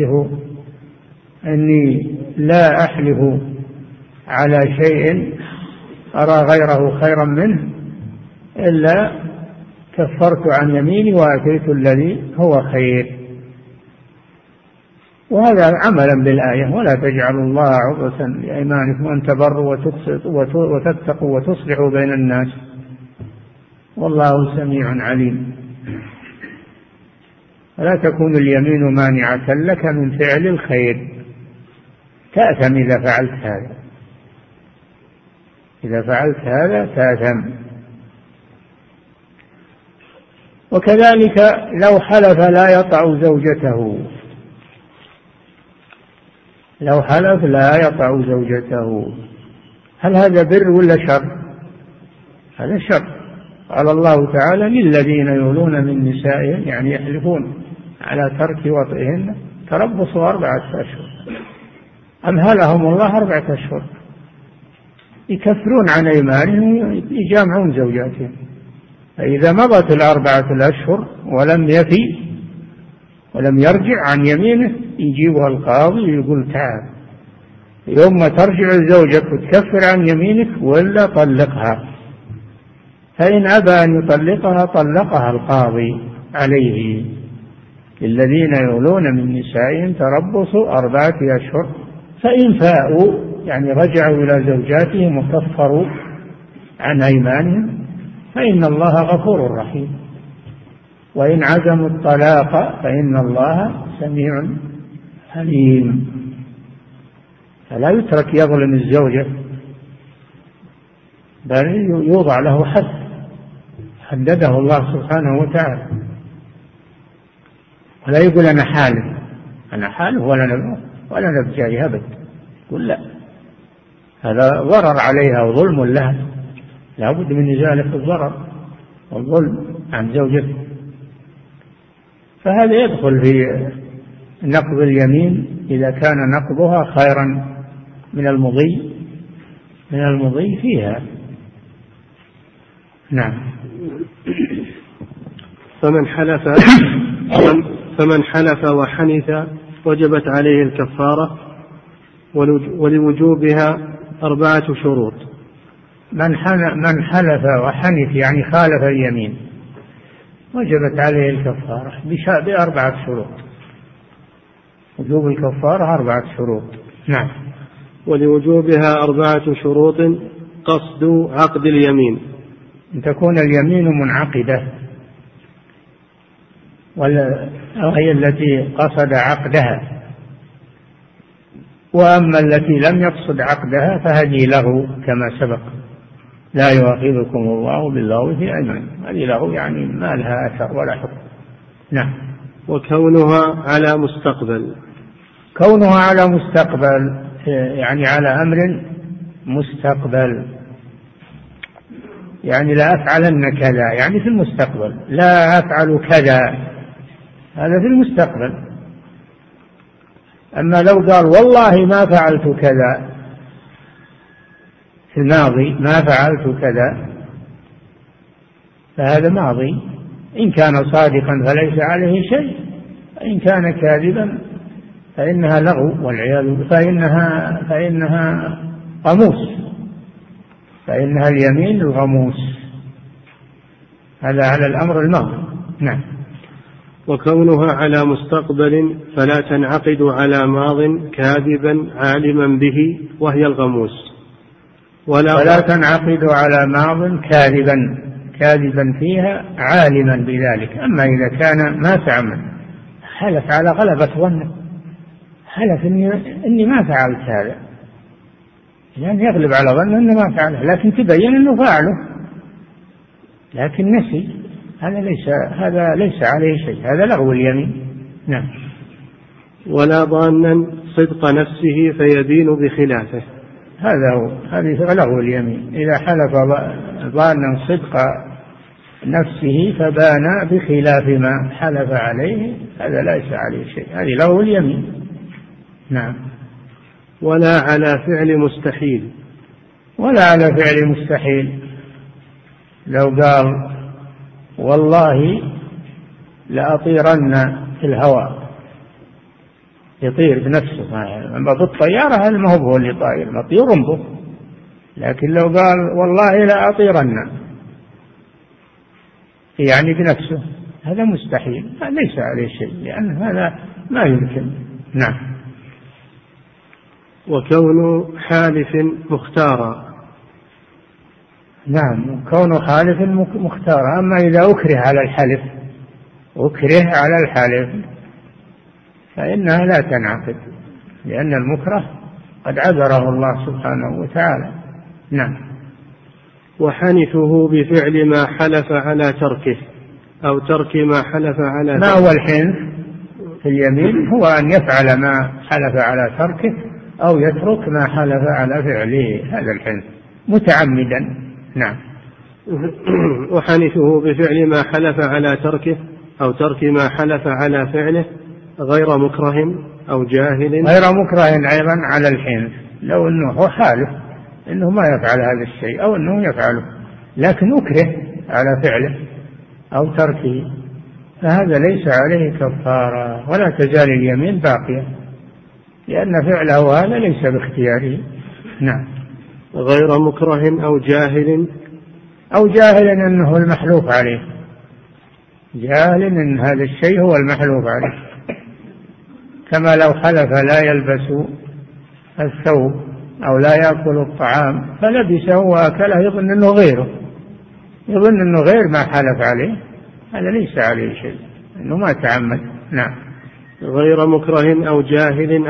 لا أحلف على شيء أرى غيره خيرا منه إلا كفرت عن يميني وأتيت الذي هو خير. وهذا عملا بالآية: ولا تجعلوا الله عرضة لأيمانكم أن تبروا وتتقوا وتصلحوا بين الناس والله سميع عليم. ولا تكون اليمين مانعة لك من فعل الخير، تأثم إذا فعلت هذا، إذا فعلت هذا تأثم. وكذلك لو حلف لا يطع زوجته، لو حلف لا يطع زوجته، هل هذا بر ولا شر؟ هذا شر. قال الله تعالى: للذين يولون من نسائهم، يعني يحلفون على ترك وطئهن، تربص 4 أشهر. أمهلهم الله 4 أشهر، يكفرون عن أيمانهم، يجامعون زوجاتهم، فإذا مضت 4 الأشهر ولم يفي ولم يرجع عن يمينه يجيبها القاضي ويقول تعال يوم ما ترجع زوجك وتكفر عن يمينك ولا طلقها. فإن أبى أن يطلقها طلقها القاضي عليه. الذين يولون من نسائهم تربص 4 أشهر فإن فاءوا يعني رجعوا إلى زوجاتهم وكفروا عن أيمانهم فإن الله غفور رحيم. وإن عزموا الطلاق فإن الله سميع عليم. فلا يترك يظلم الزوجة بل يوضع له حد حدده الله سبحانه وتعالى. ولا يقول أنا حالف ولا نبجاري أبدا. يقول لا، هذا ضرر عليها وظلم لها، لا بد من إزالة الضرر والظلم عن زوجته. فهذا يدخل في نقض اليمين إذا كان نقضها خيرا من المضي فيها. نعم. فمن حلف وحنث وجبت عليه الكفارة، ولوجوبها 4 شروط. من حلف وحنث يعني خالف اليمين وجبت عليه الكفارة ب4 شروط. وجوب الكفارة 4 شروط. نعم. ولوجوبها 4 شروط: قصد عقد اليمين، أن تكون اليمين منعقدة وهي التي قصد عقدها. وأما التي لم يقصد عقدها فهذه له كما سبق: لا يؤاخذكم الله باللغو في أيمانكم. هذه له يعني ما لها أثر ولا حكم. نعم. وكونها على مستقبل، كونها على مستقبل يعني على أمر مستقبل، يعني لا أفعلن كذا يعني في المستقبل، لا أفعل كذا هذا في المستقبل. أما لو قال والله ما فعلت كذا في الماضي، ما فعلت كذا، فهذا ماضي. إن كان صادقا فليس عليه شيء، إن كان كاذبا فإنها لغو والعياذ، فإنها غموس، فإنها اليمين الغموس. هذا على الأمر الماضي. نعم. وكونها على مستقبل فلا تنعقد على ماض كاذبا عالما به وهي الغموس، ولا تنعقد على ماض كاذبا فيها عالما بذلك. أما إذا كان ما تعمل، حلف على غلبة ظنه، حلف إني ما فعلت هذا، يعني يغلب على ظنه إنه ما فعله، لكن تبين إنه فعله لكن نسي، هذا ليس عليه شيء، هذا لغو اليمين. نعم. ولا ظانا صدق نفسه فيدين بخلافه، هذه لغو اليمين. إذا حلف ظانا صدق نفسه فبان بخلاف ما حلف عليه، هذا ليس عليه شيء، هذه لغو اليمين. نعم. ولا على فعل مستحيل، ولا على فعل مستحيل. لو قال والله لأطيرن في الهواء، يطير بنفسه، أما بالطيارة هذا ما هو اللي طاير، مطير به. لكن لو قال والله لأطيرن يعني بنفسه، هذا مستحيل، ليس عليه شيء، لأن هذا ما يمكن. نعم. وكون حالف مختارا، نعم، كون حالف مختارا. أما إذا أكره على الحلف فإنها لا تنعقد، لأن المكره قد عذره الله سبحانه وتعالى. نعم. وحنثه بفعل ما حلف على تركه أو ترك ما حلف على تركه. ما هو الحنث في اليمين؟ هو أن يفعل ما حلف على تركه أو يترك ما حلف على فعله، هذا الحنث متعمدا. نعم. وحنثه بفعل ما حلف على تركه أو ترك ما حلف على فعله غير مكره أو جاهل. غير مكره أيضا على الحنث، لو أنه هو حالف أنه ما يفعل هذا الشيء أو أنه يفعله، لكن أكره على فعله أو تركه، فهذا ليس عليه كفارة، ولا تزال اليمين باقية، لأن فعله هذا ليس باختياره. نعم. غير مكره أو جاهل أنه المحلوف عليه، جاهل أن هذا الشيء هو المحلوف عليه، كما لو حلف لا يلبس الثوب أو لا يأكل الطعام فلبسه وأكله يظن أنه غيره، يظن أنه غير ما حلف عليه، هذا ليس عليه شيء، أنه ما تعمد. نعم. غير مكره أو جاهل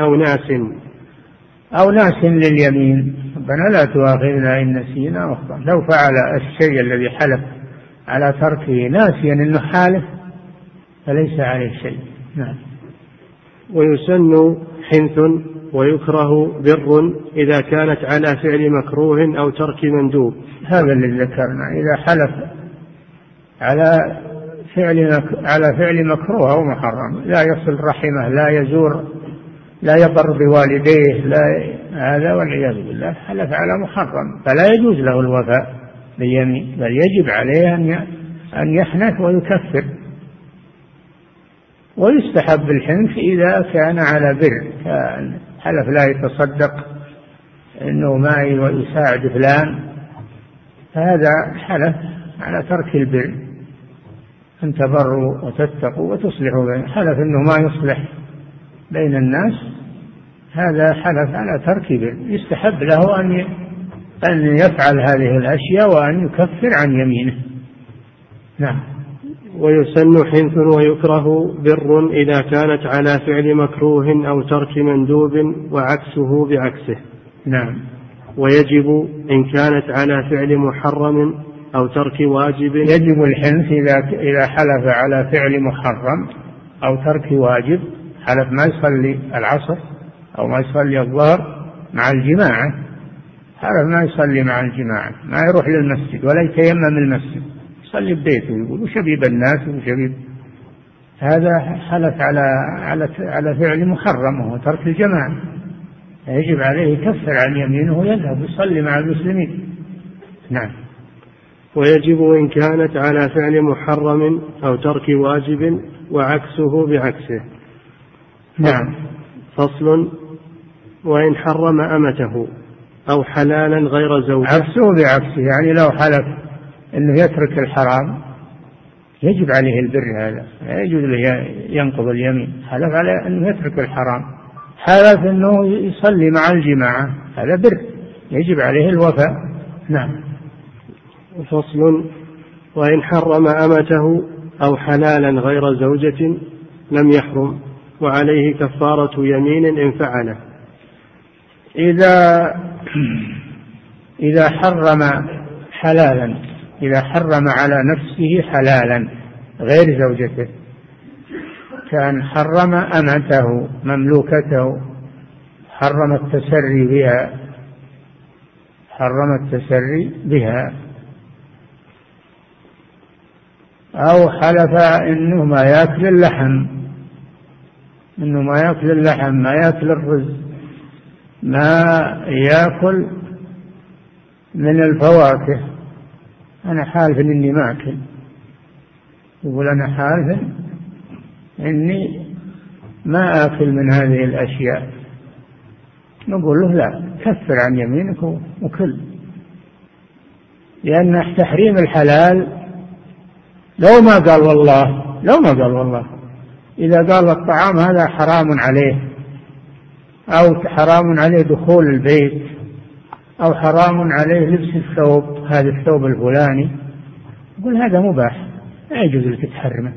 أو ناس لليمين، ربنا لا تؤاخذنا إن نسينا أو أخطأنا، لو فعل الشيء الذي حلف على تركه ناسيا أنه حالف فليس عليه شيء. نعم. ويسن حنث ويكره بر إذا كانت على فعل مكروه أو ترك مندوب. هذا اللي ذكرنا، إذا حلف على فعل مكروه أو محرم، لا يصل رحمه، لا يزور، لا يبر بوالديه، لا، هذا والعياذ بالله حلف على محرم، فلا يجوز له الوفاء باليمين، بل يجب عليه أن يحنث ويكفر. ويستحب الحنث إذا كان على بر، حلف لا يتصدق إنه ما يساعد فلان، فهذا حلف على ترك البر، أن تبروا وتتقوا وتصلحوا بين، حلف إنه ما يصلح بين الناس، هذا حلف على ترك بر، يستحب له أن يفعل هذه الأشياء وأن يكفر عن يمينه. نعم. ويسن حنث ويكره بر إذا كانت على فعل مكروه أو ترك مندوب وعكسه بعكسه. نعم. ويجب إن كانت على فعل محرم أو ترك واجب. يجب الحنث إذا حلف على فعل محرم أو ترك واجب، حلف ما يصلي العصر أو ما يصلي الظهر مع الجماعة، حلف ما يصلي مع الجماعة، ما يروح للمسجد ولا يتيمم المسجد، يصلي ببيته، يقول وشبيب الناس وشبيب، هذا حلف على فعل محرم وهو ترك الجماعة، يجب عليه يكفر عن يمينه ويذهب يصلي مع المسلمين. نعم. ويجب إن كانت على فعل محرم أو ترك واجب وعكسه بعكسه. نعم. فصل. وإن حرم أمته أو حلالا غير زوج. عكسه بعكسه، يعني لو حلف أنه يترك الحرام يجب عليه البر، هذا لا يجوز له ينقض اليمين، حلف على أنه يترك الحرام، حلف أنه يصلي مع الجماعة، هذا بر يجب عليه الوفاء. نعم. فصل. وإن حرم أمته أو حلالا غير زوجة لم يحرم، وعليه كفارة يمين إن فعله. إذا حرم حلالا، إذا حرم على نفسه حلالا غير زوجته، كان حرم أمته مملوكته، حرم التسري بها، أو حلف إنه ما يأكل اللحم، ما يأكل الرز، ما يأكل من الفواكه، أنا حالف إني ما أكل، يقول أنا حالف إني ما أكل من هذه الأشياء، نقول له لا، كفر عن يمينك وكل، لأن تحريم الحلال لو ما قال والله، إذا قال الطعام هذا حرام عليه، أو حرام عليه دخول البيت، أو حرام عليه لبس الثوب، هذا الثوب الفلاني، يقول هذا مباح لا يجوز لك تحرمه،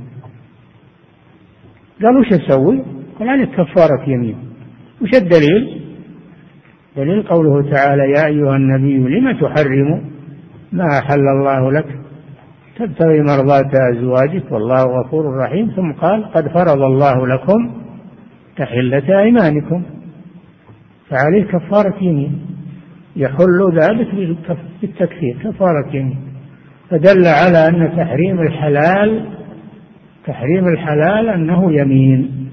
قال وش أسوي؟ قال عليك كفارة يمين. وش الدليل؟ دليل قوله تعالى يا أيها النبي لم تحرم ما أحل الله لك تبتغي مرضات أزواجك والله غفور رحيم، ثم قال قد فرض الله لكم تحلة أيمانكم، فعليه كفارة يمين، يحل ذلك بالتكفير كفارة يمين، فدل على أن تحريم الحلال أنه يمين،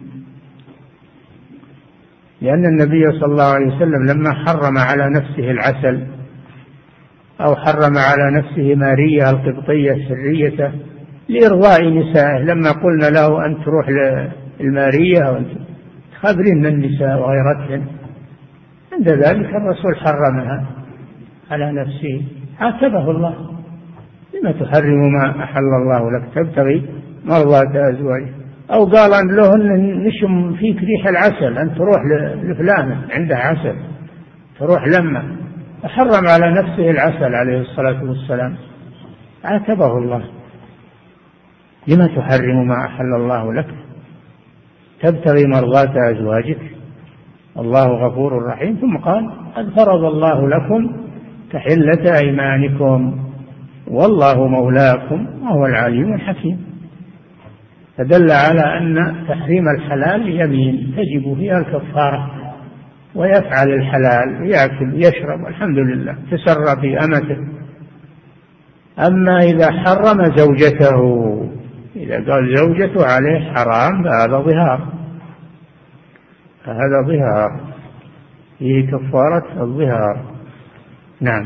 لأن النبي صلى الله عليه وسلم لما حرم على نفسه العسل أو حرم على نفسه ماريا القبطية سريته لإرضاء نسائه، لما قلنا له أن تروح للمارية وأنت تخبرين النساء وغيرتهن، عند ذلك الرسول حرمها على نفسه، عاتبه الله: لما تحرم ما أحل الله لك تبتغي مرضات أزواجك. أو قال له: نشم فيك ريح العسل، أن تروح لفلانة عندها عسل تروح لما، فحرم على نفسه العسل عليه الصلاة والسلام، عاتبه الله: لما تحرم ما أحل الله لك تبتغي مرضات أزواجك الله غفور رحيم. ثم قال: قد فرض الله لكم تحلة أيمانكم والله مولاكم وهو العليم الحكيم. فدل على أن تحريم الحلال يمين تجب فيها الكفارة، ويفعل الحلال ويأكل يشرب الحمد لله تسرى في أمته. أما إذا حرم زوجته، إذا قال زوجته عليه حرام، فهذا ظهار، فهذا ظهار فيه كفارة الظهار. نعم.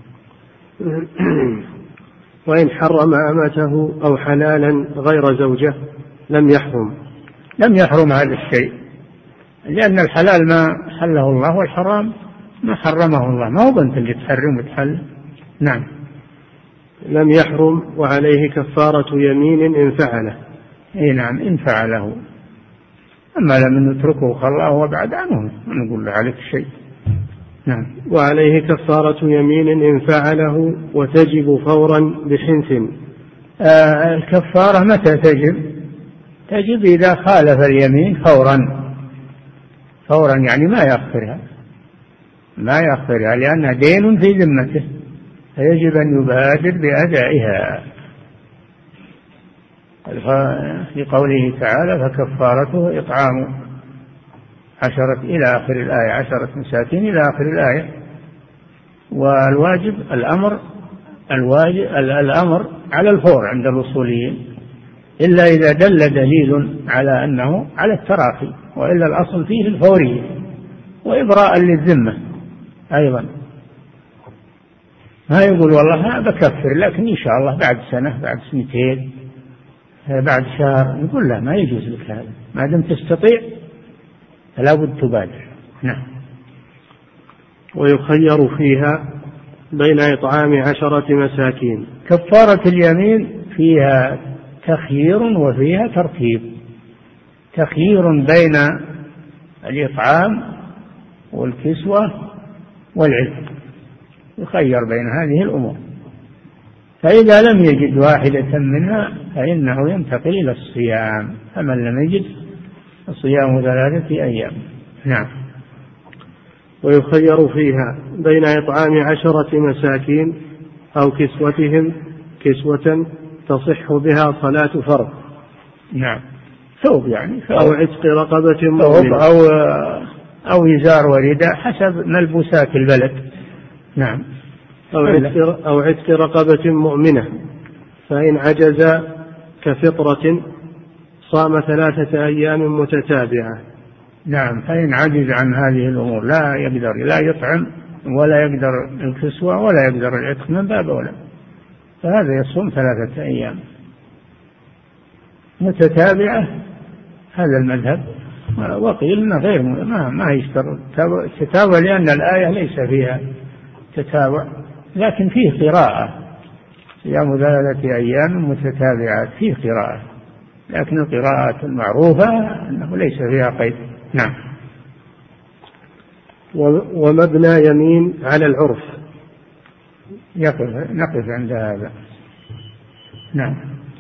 وإن حرم أمته أو حلالا غير زوجة لم يحرم هذا الشيء، لأن الحلال ما حله الله والحرام ما حرمه الله، ما هو بنت اللي تحرم وتحل. نعم. لم يحرم وعليه كفارة يمين إن فعله. إيه نعم، إن فعله. أما لم نتركه وخلاه وبعد عنه نقول له عليك شيء. نعم. وعليه كفارة يمين إن فعله وتجب فورا بحنث. الكفارة متى تجب؟ تجب إذا خالف اليمين فورا، يعني ما يغفرها لأنها دين في ذمته، فيجب أن يبادر بأدائها. في قوله تعالى: فكفارته إطعام 10 إلى آخر الآية، 10 مساكين إلى آخر الآية. والواجب الأمر على الفور عند الأصوليين، إلا إذا دل دليل على أنه على التراخي، وإلا الأصل فيه الفورية وإبراء للذمة أيضا. ما يقول والله بكفر لكن إن شاء الله بعد سنة، بعد سنتين، بعد شهر، نقول لا، ما يجوز لك هذا، ما دام تستطيع فلا بد تبادر. نعم. ويخير فيها بين إطعام 10 مساكين. كفارة اليمين فيها تخيير وفيها ترتيب. تخيير بين الإطعام والكسوة والعتق، يخير بين هذه الأمور، فإذا لم يجد واحدة منها فإنه ينتقل إلى الصيام، فمن لم يجد الصيام 3 أيام. نعم. ويخير فيها بين إطعام 10 مساكين أو كسوتهم كسوة تصح بها صلاة فرض. نعم. ثوب يعني، أو عتق رقبة مؤمنة، أو إزار ورداء حسب ملبوسات البلد. نعم. أو عتق رقبة مؤمنة، فإن عجز كفطرة صام 3 أيام متتابعة. نعم. فإن عجز عن هذه الأمور، لا يقدر لا يطعم ولا يقدر الكسوة ولا يقدر العتق من باب أولى، فهذا يصوم 3 أيام متتابعة. هذا المذهب. وقيل إنه غير ما يشترط تتابع، لأن الآية ليس فيها تتابع، لكن فيه قراءة: صيام 3 أيام متتابعات، فيه قراءة، لكن القراءة المعروفة أنه ليس فيها قيد. نعم. ومبنى يمين على العرف. نقف عند هذا. نعم.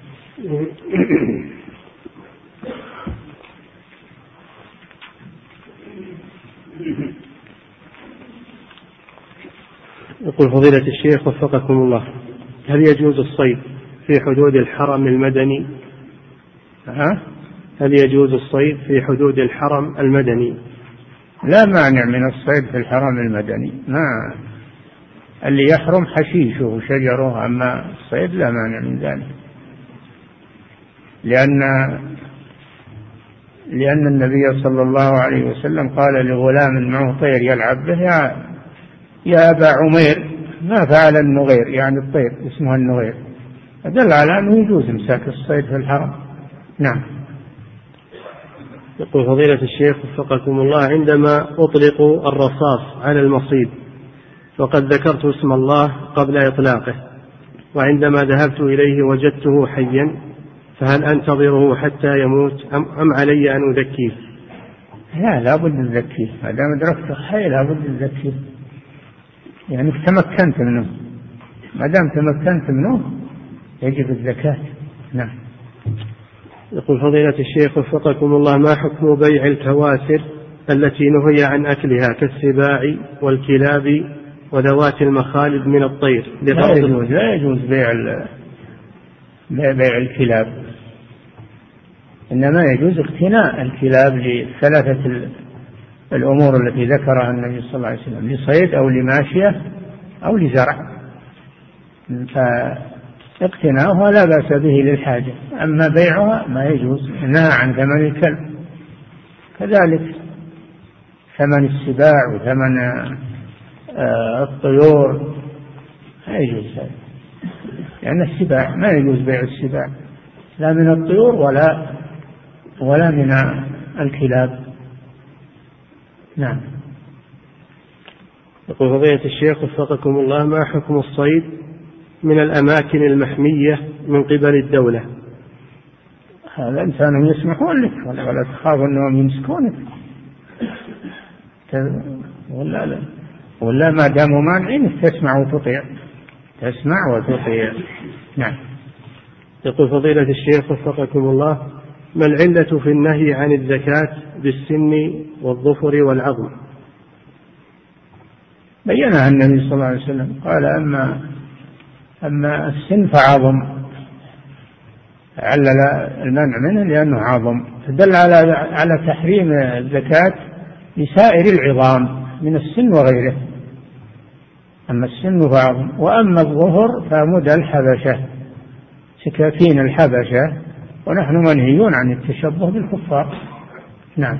يقول فضيلة الشيخ وفقكم الله: هل يجوز الصيد في حدود الحرم المدني؟ هل يجوز الصيد في حدود الحرم المدني؟ لا مانع من الصيد في الحرم المدني، ما اللي يحرم حشيشه وشجره، أما الصيد لا مانع من ذلك، لأن النبي صلى الله عليه وسلم قال لغلام معه طير يلعب به: يا أبا عمير ما فعل النغير، يعني الطير اسمها النغير، دل على أنه يجوز إمساك الصيد في الحرم. نعم. يقول فضيلة الشيخ وفقكم الله: عندما أطلق الرصاص على المصيد وقد ذكرت اسم الله قبل إطلاقه، وعندما ذهبت إليه وجدته حيا، فهل أنتظره حتى يموت أم علي أن أذكيه؟ لا بد تذكيه، ما دام أدركته حي لا بد تذكيه، يعني تمكنت منه، ما دام تمكنت منه يجب الزكاة. نعم. يقول فضيلة الشيخ وفقكم الله: ما حكم بيع الكواسر التي نهي عن أكلها كالسباع والكلاب وذوات المخالب من الطير؟ لا يجوز بيع الكلاب، إنما يجوز اقتناء الكلاب لثلاثة الأمور التي ذكرها النبي صلى الله عليه وسلم: لصيد أو لماشية أو لزرع، فاقتناؤها لا بأس به للحاجة، أما بيعها ما يجوز، نهى عن ثمن الكلب، كذلك ثمن السباع وثمن الطيور لا يجوز هذا، لأن السباع ما يجوز بيع السباع لا من الطيور ولا من الكلاب. نعم. يقول فضيلة الشيخ وفقكم الله: ما حكم الصيد من الأماكن المحمية من قبل الدولة؟ هذا إنسان يسمحون لك ولا تخاف أنهم يمسكونك، ولا ما داموا مانعين تسمع وتطيع. نعم. يقول فضيلة الشيخ وفقكم الله: ما العلة في النهي عن الزكاة بالسن والظفر والعظم؟ بينها النبي صلى الله عليه وسلم، قال أما السن فعظم، علل المنع منه لأنه عظم، فدل على تحريم الزكاة لسائر العظام من السن وغيره. أما السن فعظم، وأما الظهر فمدى الحبشة، سكاكين الحبشة، ونحن منهيون عن التشبه بالكفار. نعم.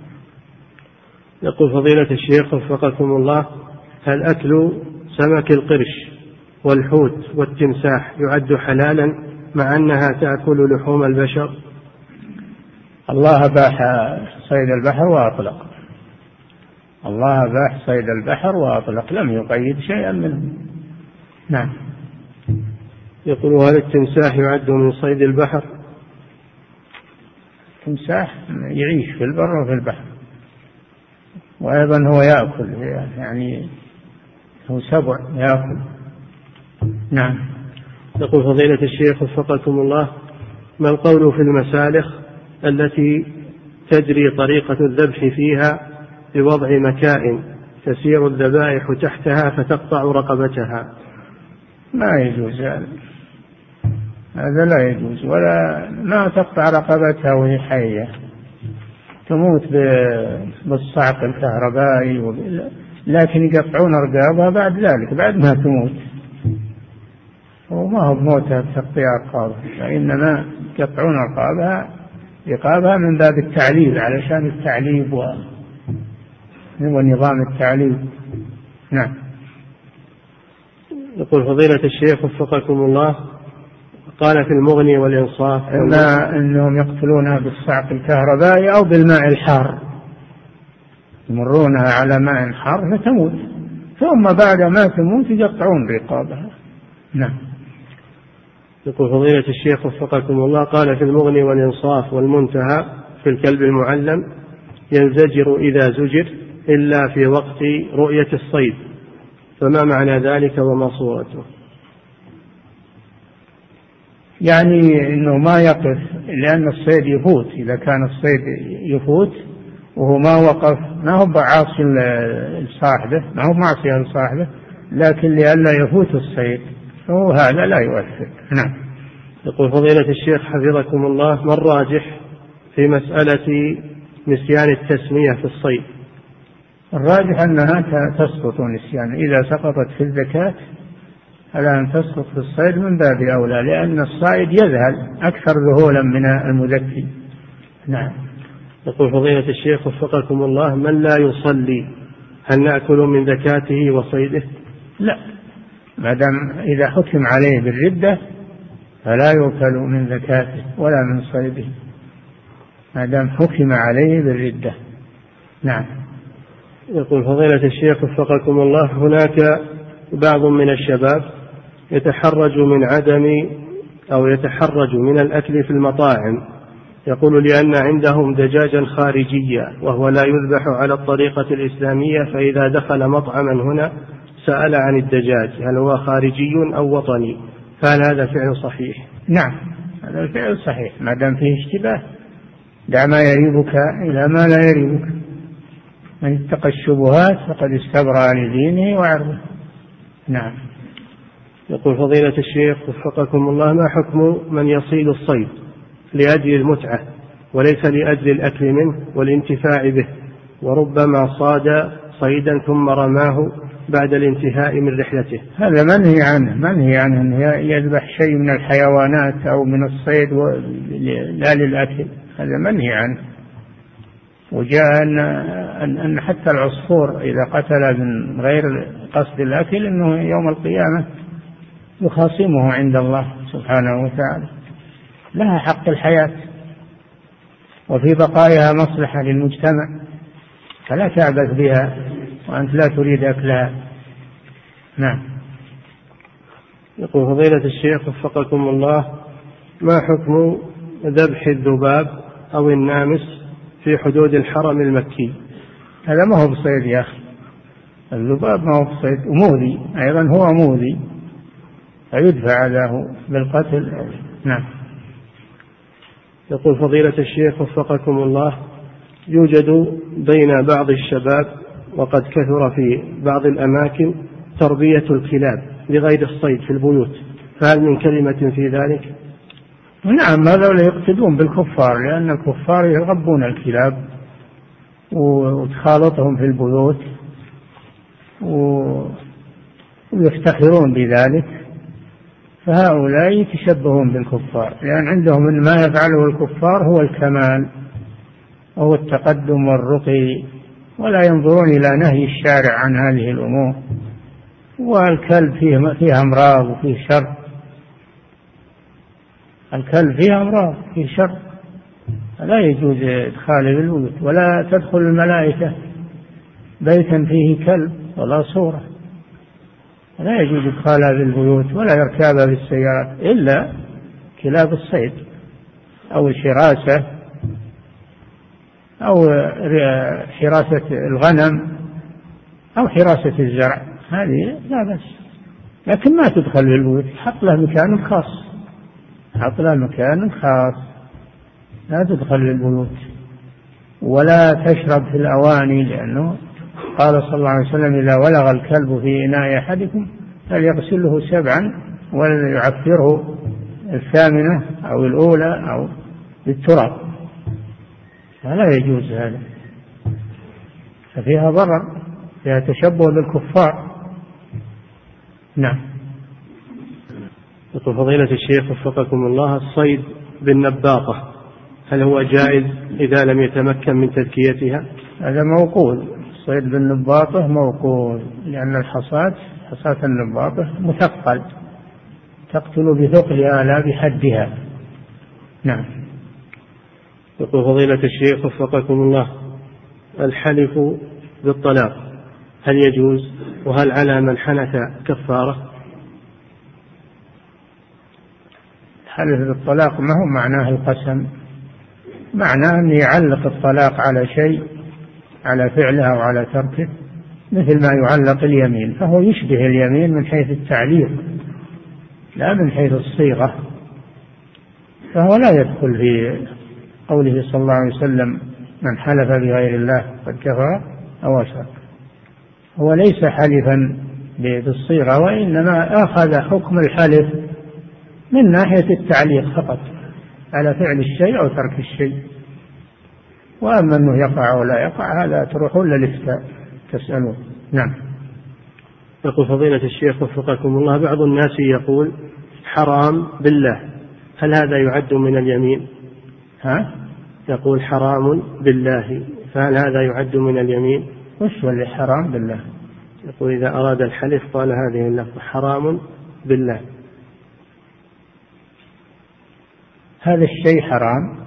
يقول فضيلة الشيخ وفقكم الله: هل أكل سمك القرش والحوت والتمساح يعد حلالا مع أنها تأكل لحوم البشر؟ الله باح صيد البحر وأطلق، لم يقيد شيئا منه. نعم. يقول: هل التمساح يعد من صيد البحر؟ التمساح يعيش في البر وفي البحر، وأيضا هو يأكل، يعني هو سبع يأكل. نعم. يقول فضيلة الشيخ وفقكم الله: ما القول في المسالخ التي تجري طريقة الذبح فيها بوضع مكائن تسير الذبائح تحتها فتقطع رقبتها؟ ما يجوز هذا لا يجوز، ولا ما تقطع رقبتها وهي حية، تموت بالصعق الكهربائي، لكن يقطعون رقابها بعد ذلك، بعد ما تموت، وما هو بموتها تقطيع رقابها، فإنما يقطعون رقابها من باب التعليب، علشان التعليب ونظام التعليب. نعم. يقول فضيلة الشيخ وفقكم الله: قال في المغني والإنصاف إنهم يقتلونها بالصعق الكهربائي أو بالماء الحار، يمرونها على ماء حار فتموت، ثم بعد ما تموت يقطعون رقابها. نعم. يقول فضيلة الشيخ وفقكم الله: قال في المغني والإنصاف والمنتهى في الكلب المعلم: ينزجر إذا زجر إلا في وقت رؤية الصيد، فما معنى ذلك وما صورته؟ يعني إنه ما يقف، لأن الصيد يفوت، إذا كان الصيد يفوت وهو ما وقف، ما هو بعاصي لصاحبه، ما هو معصية لصاحبه، لكن لئلا يفوت الصيد، فهو هذا لا يؤثر. نعم. يقول فضيلة الشيخ حفظكم الله: ما الراجح في مسألة نسيان التسمية في الصيد؟ الراجح أنها تسقط نسيان، إذا سقطت في الزكاة فلا أن تسقط في الصيد من باب أولى، لأن الصائد يذهل أكثر ذهولا من المزكي. نعم. يقول فضيلة الشيخ وفقكم الله: من لا يصلي هل نأكل من زكاته وصيده؟ لا، ما دام إذا حكم عليه بالردة فلا يؤكل من زكاته ولا من صيده ما دام حكم عليه بالردة. نعم. يقول فضيلة الشيخ وفقكم الله، هناك بعض من الشباب يتحرج من الأكل في المطاعم، يقول لأن عندهم دجاجا خارجيا وهو لا يذبح على الطريقة الإسلامية، فإذا دخل مطعما هنا سأل عن الدجاج هل هو خارجي أو وطني، فهل هذا فعل صحيح؟ نعم، هذا الفعل صحيح ما دام فيه اشتباه. دع ما يريبك إلى ما لا يريبك، من اتقى الشبهات فقد استبرأ لدينه وعرضه. نعم. يقول فضيلة الشيخ وفقكم الله، ما حكم من يصيد الصيد لأجل المتعة وليس لأجل الأكل منه والانتفاع به، وربما صاد صيدا ثم رماه بعد الانتهاء من رحلته؟ هذا منهي عنه أن يذبح شيء من الحيوانات أو من الصيد لا للأكل، هذا منهي عنه. وجاء أن حتى العصفور إذا قتل من غير قصد الأكل أنه يوم القيامة يخاصمه عند الله سبحانه وتعالى. لها حق الحياة وفي بقائها مصلحة للمجتمع، فلا تعبث بها وأنت لا تريد أكلها. نعم. يقول فضيلة الشيخ وفقكم الله، ما حكم ذبح الذباب أو النامس في حدود الحرم المكي؟ هذا ما هو بصيد يا أخي، الذباب ما هو بصيد، ومؤذي أيضا، هو مؤذي فيدفع له بالقتل. نعم. يقول فضيلة الشيخ وفقكم الله، يوجد بين بعض الشباب وقد كثر في بعض الأماكن تربية الكلاب لغير الصيد في البيوت، فهل من كلمة في ذلك؟ نعم، هذول يقتدون بالكفار، لأن الكفار يربون الكلاب وتخالطهم في البيوت ويفتخرون بذلك، فهؤلاء يتشبهون بالكفار، لأن عندهم أن ما يفعله الكفار هو الكمال وهو التقدم والرقي، ولا ينظرون إلى نهي الشارع عن هذه الأمور. والكلب فيه أمراض وفيه شر، الكلب فيه أمراض فيه شر، لا يجوز إدخاله بالبيوت، ولا تدخل الملائكة بيتا فيه كلب ولا صورة، لا يجوز إدخالها بالبيوت ولا يركابها بالسيارات إلا كلاب الصيد أو الحراسة أو حراسة الغنم أو حراسة الزرع، هذه لا بأس، لكن ما تدخل بالبيوت، حط له مكان خاص، حط له مكان خاص، لا تدخل بالبيوت. ولا تشرب في الأواني، لأنه قال صلى الله عليه وسلم إذا ولغ الكلب في إناء أحدكم فليغسله 7 ولا يعفره 8 أو الأولى أو بالتراب، فلا يجوز هذا، ففيها ضرر، فيها تشبه بالكفار. نعم. يقول فضيلة الشيخ وفقكم الله، الصيد بالنباطة هل هو جائز إذا لم يتمكن من تذكيتها؟ هذا موقول، الصيد بالنباطة موقول، لأن حصاة النباطة مثقل، تقتل بثقلها لا بحدها. نعم. يقول فضيلة الشيخ وفقكم الله، الحلف بالطلاق هل يجوز، وهل على من حنث كفارة؟ الحلف بالطلاق ما هو معناه القسم، معناه أن يعلق الطلاق على شيء، على فعله أو على تركه، مثل ما يعلق اليمين، فهو يشبه اليمين من حيث التعليق لا من حيث الصيغة، فهو لا يدخل في قوله صلى الله عليه وسلم من حلف بغير الله قد كفر أو أشرك، هو ليس حلفا بالصيغة، وإنما أخذ حكم الحلف من ناحية التعليق فقط على فعل الشيء أو ترك الشيء. وأما أنه يقع ولا يقع هذا تروحون للإفتاء تسألون. نعم. يقول فضيلة الشيخ وفقكم الله، بعض الناس يقول حرام بالله، هل هذا يعد من اليمين؟ يقول حرام بالله، فهل هذا يعد من اليمين؟ وش هو اللي حرام بالله؟ يقول إذا أراد الحلف قال هذه اللفظة حرام بالله. هذا الشيء حرام،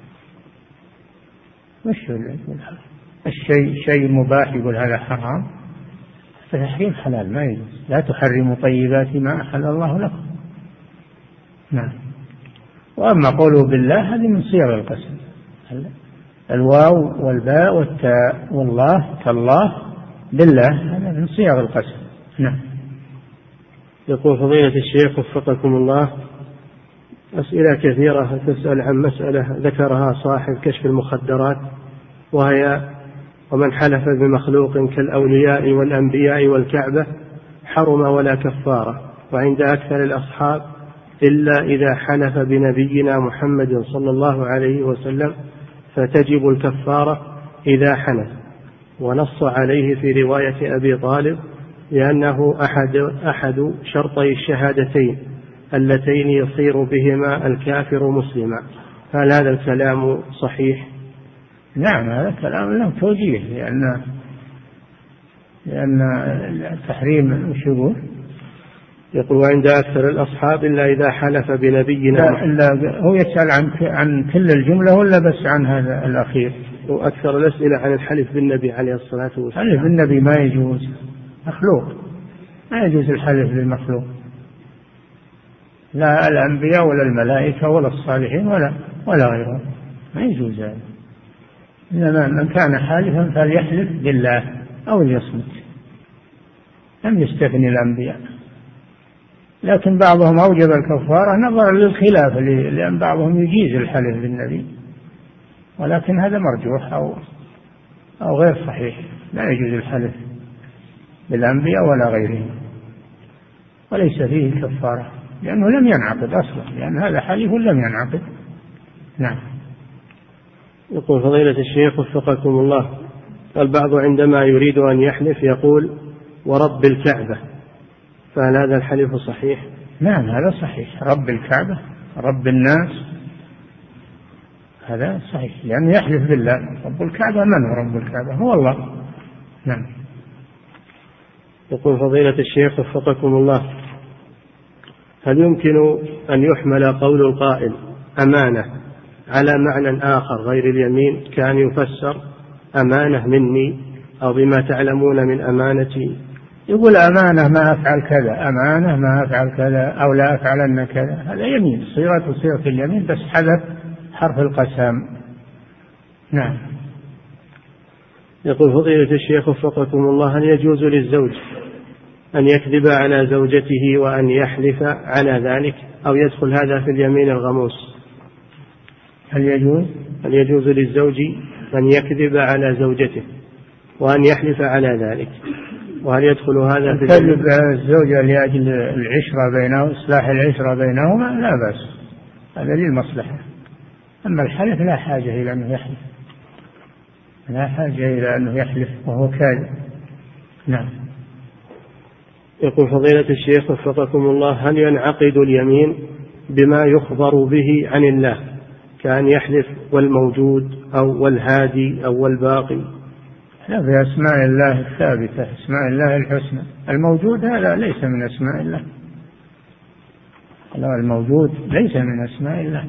الشيء شيء مباح يقول هذا حرام، فالتحريم حلال ما يجوز. لا تحرموا طيبات ما أحل الله لكم. نعم. وأما قوله بالله هذه من صيغ القسم، الواو والباء والتاء والله كالله بالله هذا من صيغ القسم. نعم. يقول فضيلة الشيخ وفقكم الله، أسئلة كثيرة تسأل عن مسألة ذكرها صاحب كشف المخدرات، وهي ومن حلف بمخلوق كالأولياء والأنبياء والكعبة حرم ولا كفارة، وعند أكثر الأصحاب إلا إذا حلف بنبينا محمد صلى الله عليه وسلم فتجب الكفارة إذا حلف، ونص عليه في رواية أبي طالب لأنه أحد شرطي الشهادتين اللتين يصير بهما الكافر مسلما. هل هذا الكلام صحيح؟ نعم، هذا كلام له توجيه، لأن التحريم وش يقول وعند أكثر الأصحاب إلا إذا حلف بنبينا إلا هو يسأل عن كل الجملة ولا بس عن هذا الأخير؟ وأكثر الأسئلة عن الحلف بالنبي عليه الصلاة والسلام. الحلف بالنبي ما يجوز، مخلوق، ما يجوز الحلف بالمخلوق، لا الأنبياء ولا الملائكة ولا الصالحين ولا غيرهم، ما يجوز هذا. إنما من كان حالفا فليحلف بالله أو ليصمت، لم يستثني الأنبياء. لكن بعضهم أوجب الكفارة نظرا للخلاف، لأن بعضهم يجيز الحلف بالنبي، ولكن هذا مرجوح أو غير صحيح، لا يجوز الحلف بالأنبياء ولا غيرهم، وليس فيه كفارة لأنه لم ينعقد أصلا، لأن هذا حليف لم ينعقد. نعم. يقول فضيلة الشيخ وفقكم الله، البعض عندما يريد أن يحلف يقول ورب الكعبة، فهل هذا الحلف صحيح؟ نعم هذا صحيح، رب الكعبة رب الناس هذا صحيح، لأنه يحلف بالله. رب الكعبة من هو رب الكعبة؟ هو الله. نعم. يقول فضيلة الشيخ وفقكم الله، هل يمكن أن يحمل قول القائل أمانة على معنى آخر غير اليمين، كان يفسر أمانة مني أو بما تعلمون من أمانتي؟ يقول أمانة ما أفعل كذا، أمانة ما أفعل كذا، أو لا أفعلن كذا، هذا يمين، صيغة اليمين بس حذف حرف القسم. نعم. يقول فضيلة الشيخ وفقكم الله، هل يجوز للزوج أن يكذب على زوجته وأن يحلف على ذلك، أو يدخل هذا في اليمين الغموس؟ هل يجوز للزوج أن يكذب على زوجته وأن يحلف على ذلك، وهل يدخل هذا في الكذب على الزوجة لأجل العشرة بينهم، إصلاح العشرة بينهما لا بأس، هذا للمصلحة. أما الحلف لا حاجة إلى أنه يحلف، لا حاجة إلى أنه يحلف وهو كاذب. نعم. يقول فضيلة الشيخ وفقكم الله، هل ينعقد اليمين بما يخبر به عن الله، كأن يحلف والموجود أو والهادي أو والباقي؟ لا، بأسماء الله الثابتة، أسماء الله الحسنى. الموجود هذا ليس من أسماء الله، لا، الموجود ليس من أسماء الله،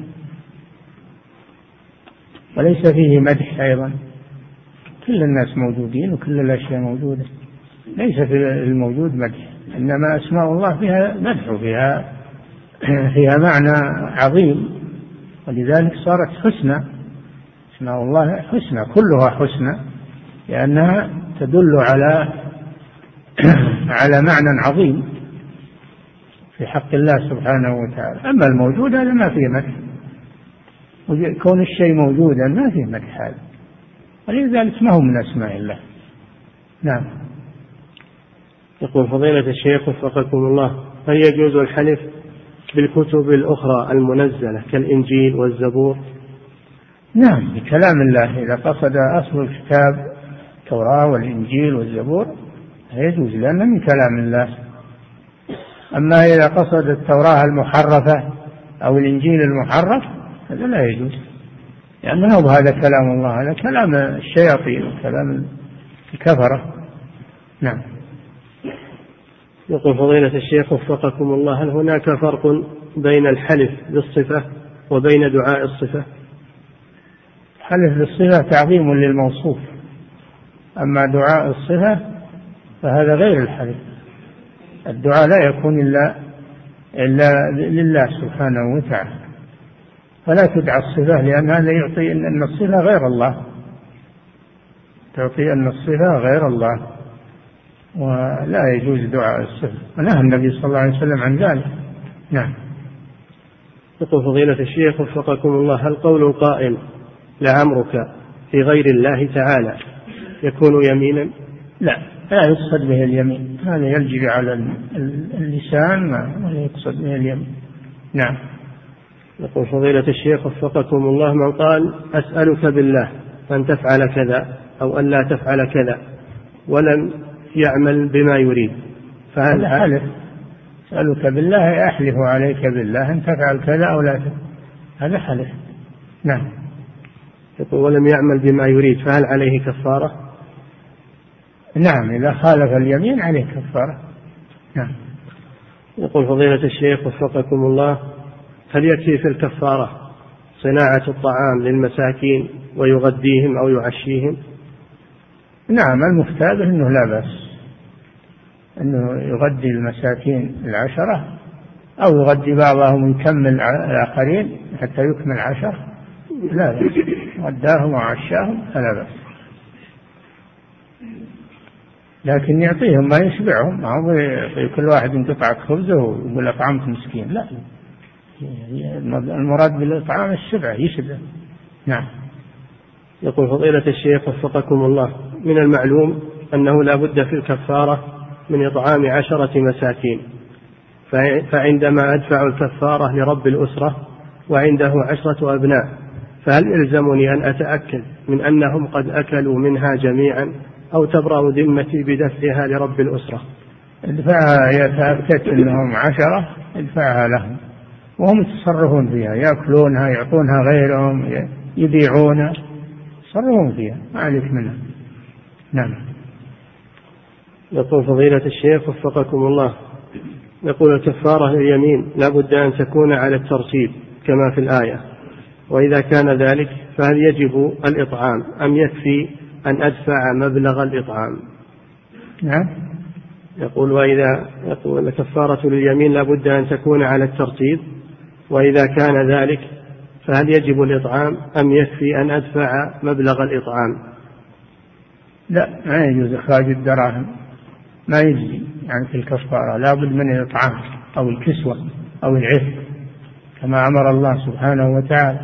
وليس فيه مدح أيضا. كل الناس موجودين وكل الأشياء موجودة، ليس في الموجود مدح، إنما أسماء الله فيها مدح فيها معنى عظيم، ولذلك صارت حسنى. أسماء الله حسنى، كلها حسنى، لأنها تدل على معنى عظيم في حق الله سبحانه وتعالى. أما الموجود هذا ما فيه مدح، كون الشيء موجودا ما فيه مدح هذا، ولذلك ما هو من أسماء الله. نعم. يقول فضيلة الشيخ وفقكم الله، هل يجوز الحلف بالكتب الأخرى المنزلة كالإنجيل والزبور؟ نعم، بكلام الله. إذا قصد أصل الكتاب التوراة والإنجيل والزبور يجوز، لأنه من كلام الله. أما إذا قصد التوراة المحرفة أو الإنجيل المحرف هذا لا يجوز، لأنه هذا كلام الله، هذا كلام الشياطين وكلام الكفرة. نعم. يقول فضيلة الشيخ وفقكم الله، هل هناك فرق بين الحلف بالصفة وبين دعاء الصفة؟ حلف بالصفة تعظيم للموصوف، أما دعاء الصفة فهذا غير الحلف. الدعاء لا يكون إلا لله سبحانه وتعالى، فلا تدعى الصفة، لأن هذا يعطي أن الصفة غير الله، تعطي أن الصفة غير الله، ولا يجوز دعاء الصفة، ونهى النبي صلى الله عليه وسلم عن ذلك. نعم. يقول فضيلة الشيخ وفقكم الله: هل قول القائل لعمرك في غير الله تعالى يكون يمينا؟ لا يقصد به اليمين، هذا يجري على اللسان ولا يقصد به اليمين. نعم. يقول فضيلة الشيخ وفقكم الله: من قال أسألك بالله أن تفعل كذا أو أن لا تفعل كذا ولم يعمل بما يريد فهل حلف؟ أسألك بالله أحلف عليك بالله أن تفعل كذا أو لا تفعل، هذا حلف. نعم. يقول ولم يعمل بما يريد فهل عليه كفارة؟ نعم، إذا خالف اليمين عليه كفارة. نعم. يقول فضيلة الشيخ وفقكم الله: هل يكفي في الكفارة صناعة الطعام للمساكين ويغديهم أو يعشيهم؟ نعم، المفتى أنه لا بأس أنه يغدي المساكين 10 أو يغدي بعضهم ويكمل الآخرين حتى يكمل 10، لا بأس، غداهم وعشاهم فلا بأس، لكن يعطيهم ما يشبعهم، ما هو كل واحد قطعة خبزه ويقول أطعمت مسكين، لا، المراد بالإطعام الشبع، يشبع. نعم. يقول فضيلة الشيخ وفقكم الله: من المعلوم أنه لا بد في الكفارة من إطعام 10 مساكين، فعندما أدفع الكفارة لرب الأسرة وعنده 10 أبناء فهل يلزمني أن أتأكد من أنهم قد أكلوا منها جميعا أو تبرأ ذمتي بدفعها لرب الأسرة؟ ادفعها، يتأكد أنهم 10 ادفعها لهم وهم يتصرفون فيها، يأكلونها، يعطونها غيرهم، يبيعونها، يتصرفون فيها، ما عليك منها. نعم. يقول فضيلة الشيخ وفقكم الله: يقول الكفارة لليمين لا بد أن تكون على الترتيب كما في الآية، وإذا كان ذلك فهل يجب الإطعام أم يكفي أن أدفع مبلغ الإطعام؟ نعم. يقول الكفارة لليمين لا بد أن تكون على الترتيب، وإذا كان ذلك فهل يجب الإطعام أم يكفي أن أدفع مبلغ الإطعام؟ لا، ما يجوز إخراج الدراهم، ما يجزي يعني في الكفارة، لا بد من الإطعام أو الكسوة أو العفق كما أمر الله سبحانه وتعالى.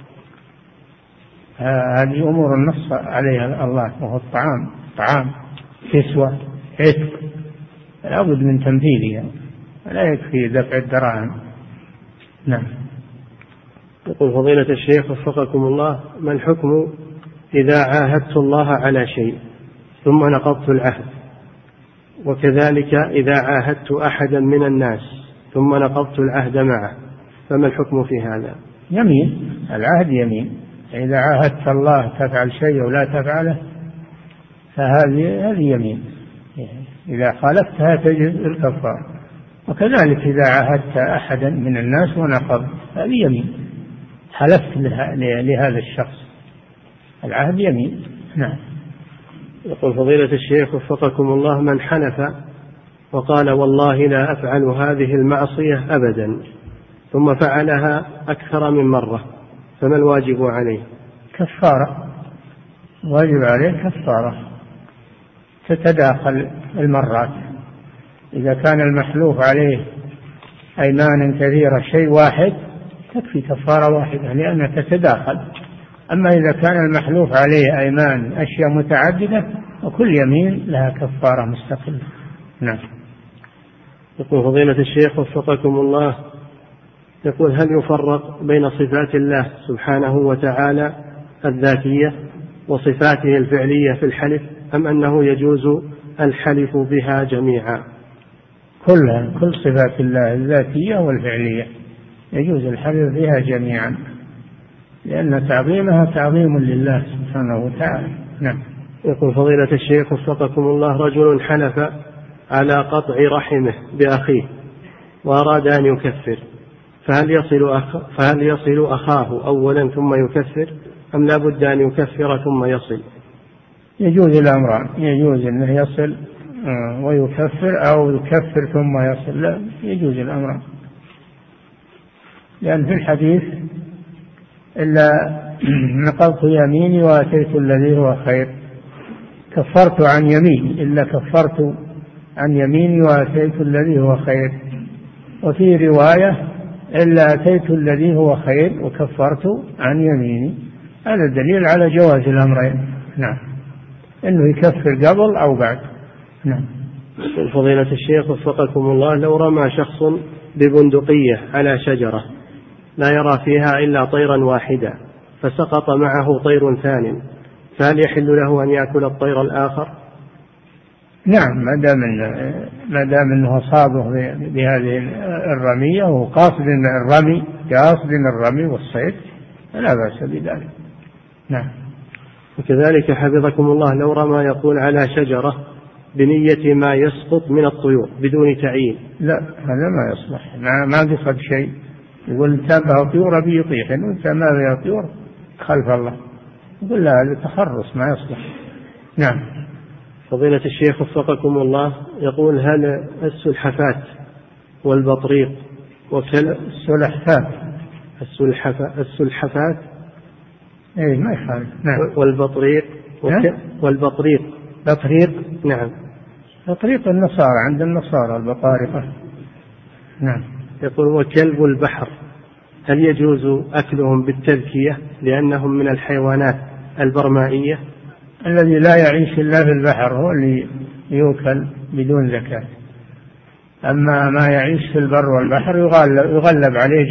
هذه أمور النص عليها الله، وهو طعام كسوة عفق، لا بد من تنفيذها، لا يكفي دفع الدراهم. نعم. يقول فضيلة الشيخ وفقكم الله: ما الحكم إذا عاهدت الله على شيء ثم نقضت العهد، وكذلك إذا عاهدت أحدا من الناس ثم نقضت العهد معه، فما الحكم في هذا؟ يمين، العهد يمين، إذا عاهدت الله تفعل شيء ولا تفعله فهذه يمين، إذا خالفتها تجد الكفارة، وكذلك إذا عاهدت أحدا من الناس ونقض هذه يمين، حلفت لهذا الشخص، العهد يمين. نعم. يقول فضيلة الشيخ وفقكم الله: من حلف وقال والله لا أفعل هذه المعصية أبدا ثم فعلها أكثر من مرة فما الواجب عليه؟ كفارة، واجب عليه كفارة تتداخل المرات، إذا كان المحلوف عليه أيمان كثيرة شيء واحد تكفي كفارة واحدة لأنها تتداخل، أما إذا كان المحلوف عليه أيمان أشياء متعددة وكل يمين لها كفارة مستقلة. نعم. يقول فضيلة الشيخ وفقكم الله: يقول هل يفرق بين صفات الله سبحانه وتعالى الذاتية وصفاته الفعلية في الحلف أم أنه يجوز الحلف بها جميعا؟ كل صفات الله الذاتية والفعلية يجوز الحلف بها جميعا، لأن تعظيمها تعظيم لله سبحانه وتعالى. نعم. يقول فضيلة الشيخ وفقكم الله: رجل حلف على قطع رحمه بأخيه وأراد أن يكفر، فهل يصل أخاه أولا ثم يكفر أم لا بد أن يكفر ثم يصل؟ يجوز الأمران، يجوز أنه يصل ويكفر أو يكفر ثم يصل، لا يجوز الأمران، لأن في الحديث إلا نقضت يميني وأتيت الذي هو خير، كفرت عن يميني إلا كفرت عن يميني وأتيت الذي هو خير، وفي رواية إلا أتيت الذي هو خير وكفرت عن يميني. هذا دليل على جواز الأمرين. نعم، إنه يكفر قبل أو بعد. نعم. فضيلة الشيخ وفقكم الله، لو رمى شخص ببندقية على شجرة لا يرى فيها إلا طيرا واحدا فسقط معه طير ثانٍ، فهل يحل له أن يأكل الطير الآخر؟ نعم، ما دام أنه أصابه بهذه الرمية وهو قاصد الرمي والصيد لا بأس بذلك. نعم. وكذلك حفظكم الله، لو رمى يقول على شجرة بنية ما يسقط من الطيور بدون تعيين. لا، هذا ما يصلح، ما قصد شيء، يقول تابع طيور بيطيح وانت ما بها طيور خلف الله، يقول لا، هذا تخرص ما يصلح. نعم. فضيلة الشيخ وفقكم الله، يقول هل السلحفاة والبطريق السلحفاة اي ما يخالف. نعم. والبطريق بطريق. نعم. بطريق النصارى، عند النصارى البطارقة. نعم. يقول وكلب البحر هل يجوز أكلهم بالتذكية لأنهم من الحيوانات البرمائية؟ الذي لا يعيش إلا في البحر هو اللي يؤكل بدون زكاة، أما ما يعيش في البر والبحر يغلب عليه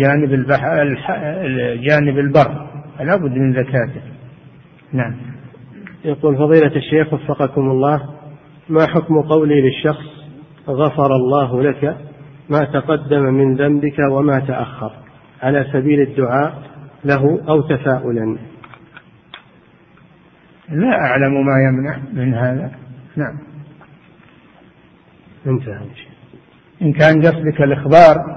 جانب البر، فلا بد من زكاته. نعم. يقول فضيلة الشيخ وفقكم الله، ما حكم قولي للشخص غفر الله لك ما تقدم من ذنبك وما تأخر، على سبيل الدعاء له أو تفاؤلا؟ لا أعلم ما يمنع من هذا. نعم. انتهى. إن كان قصدك الإخبار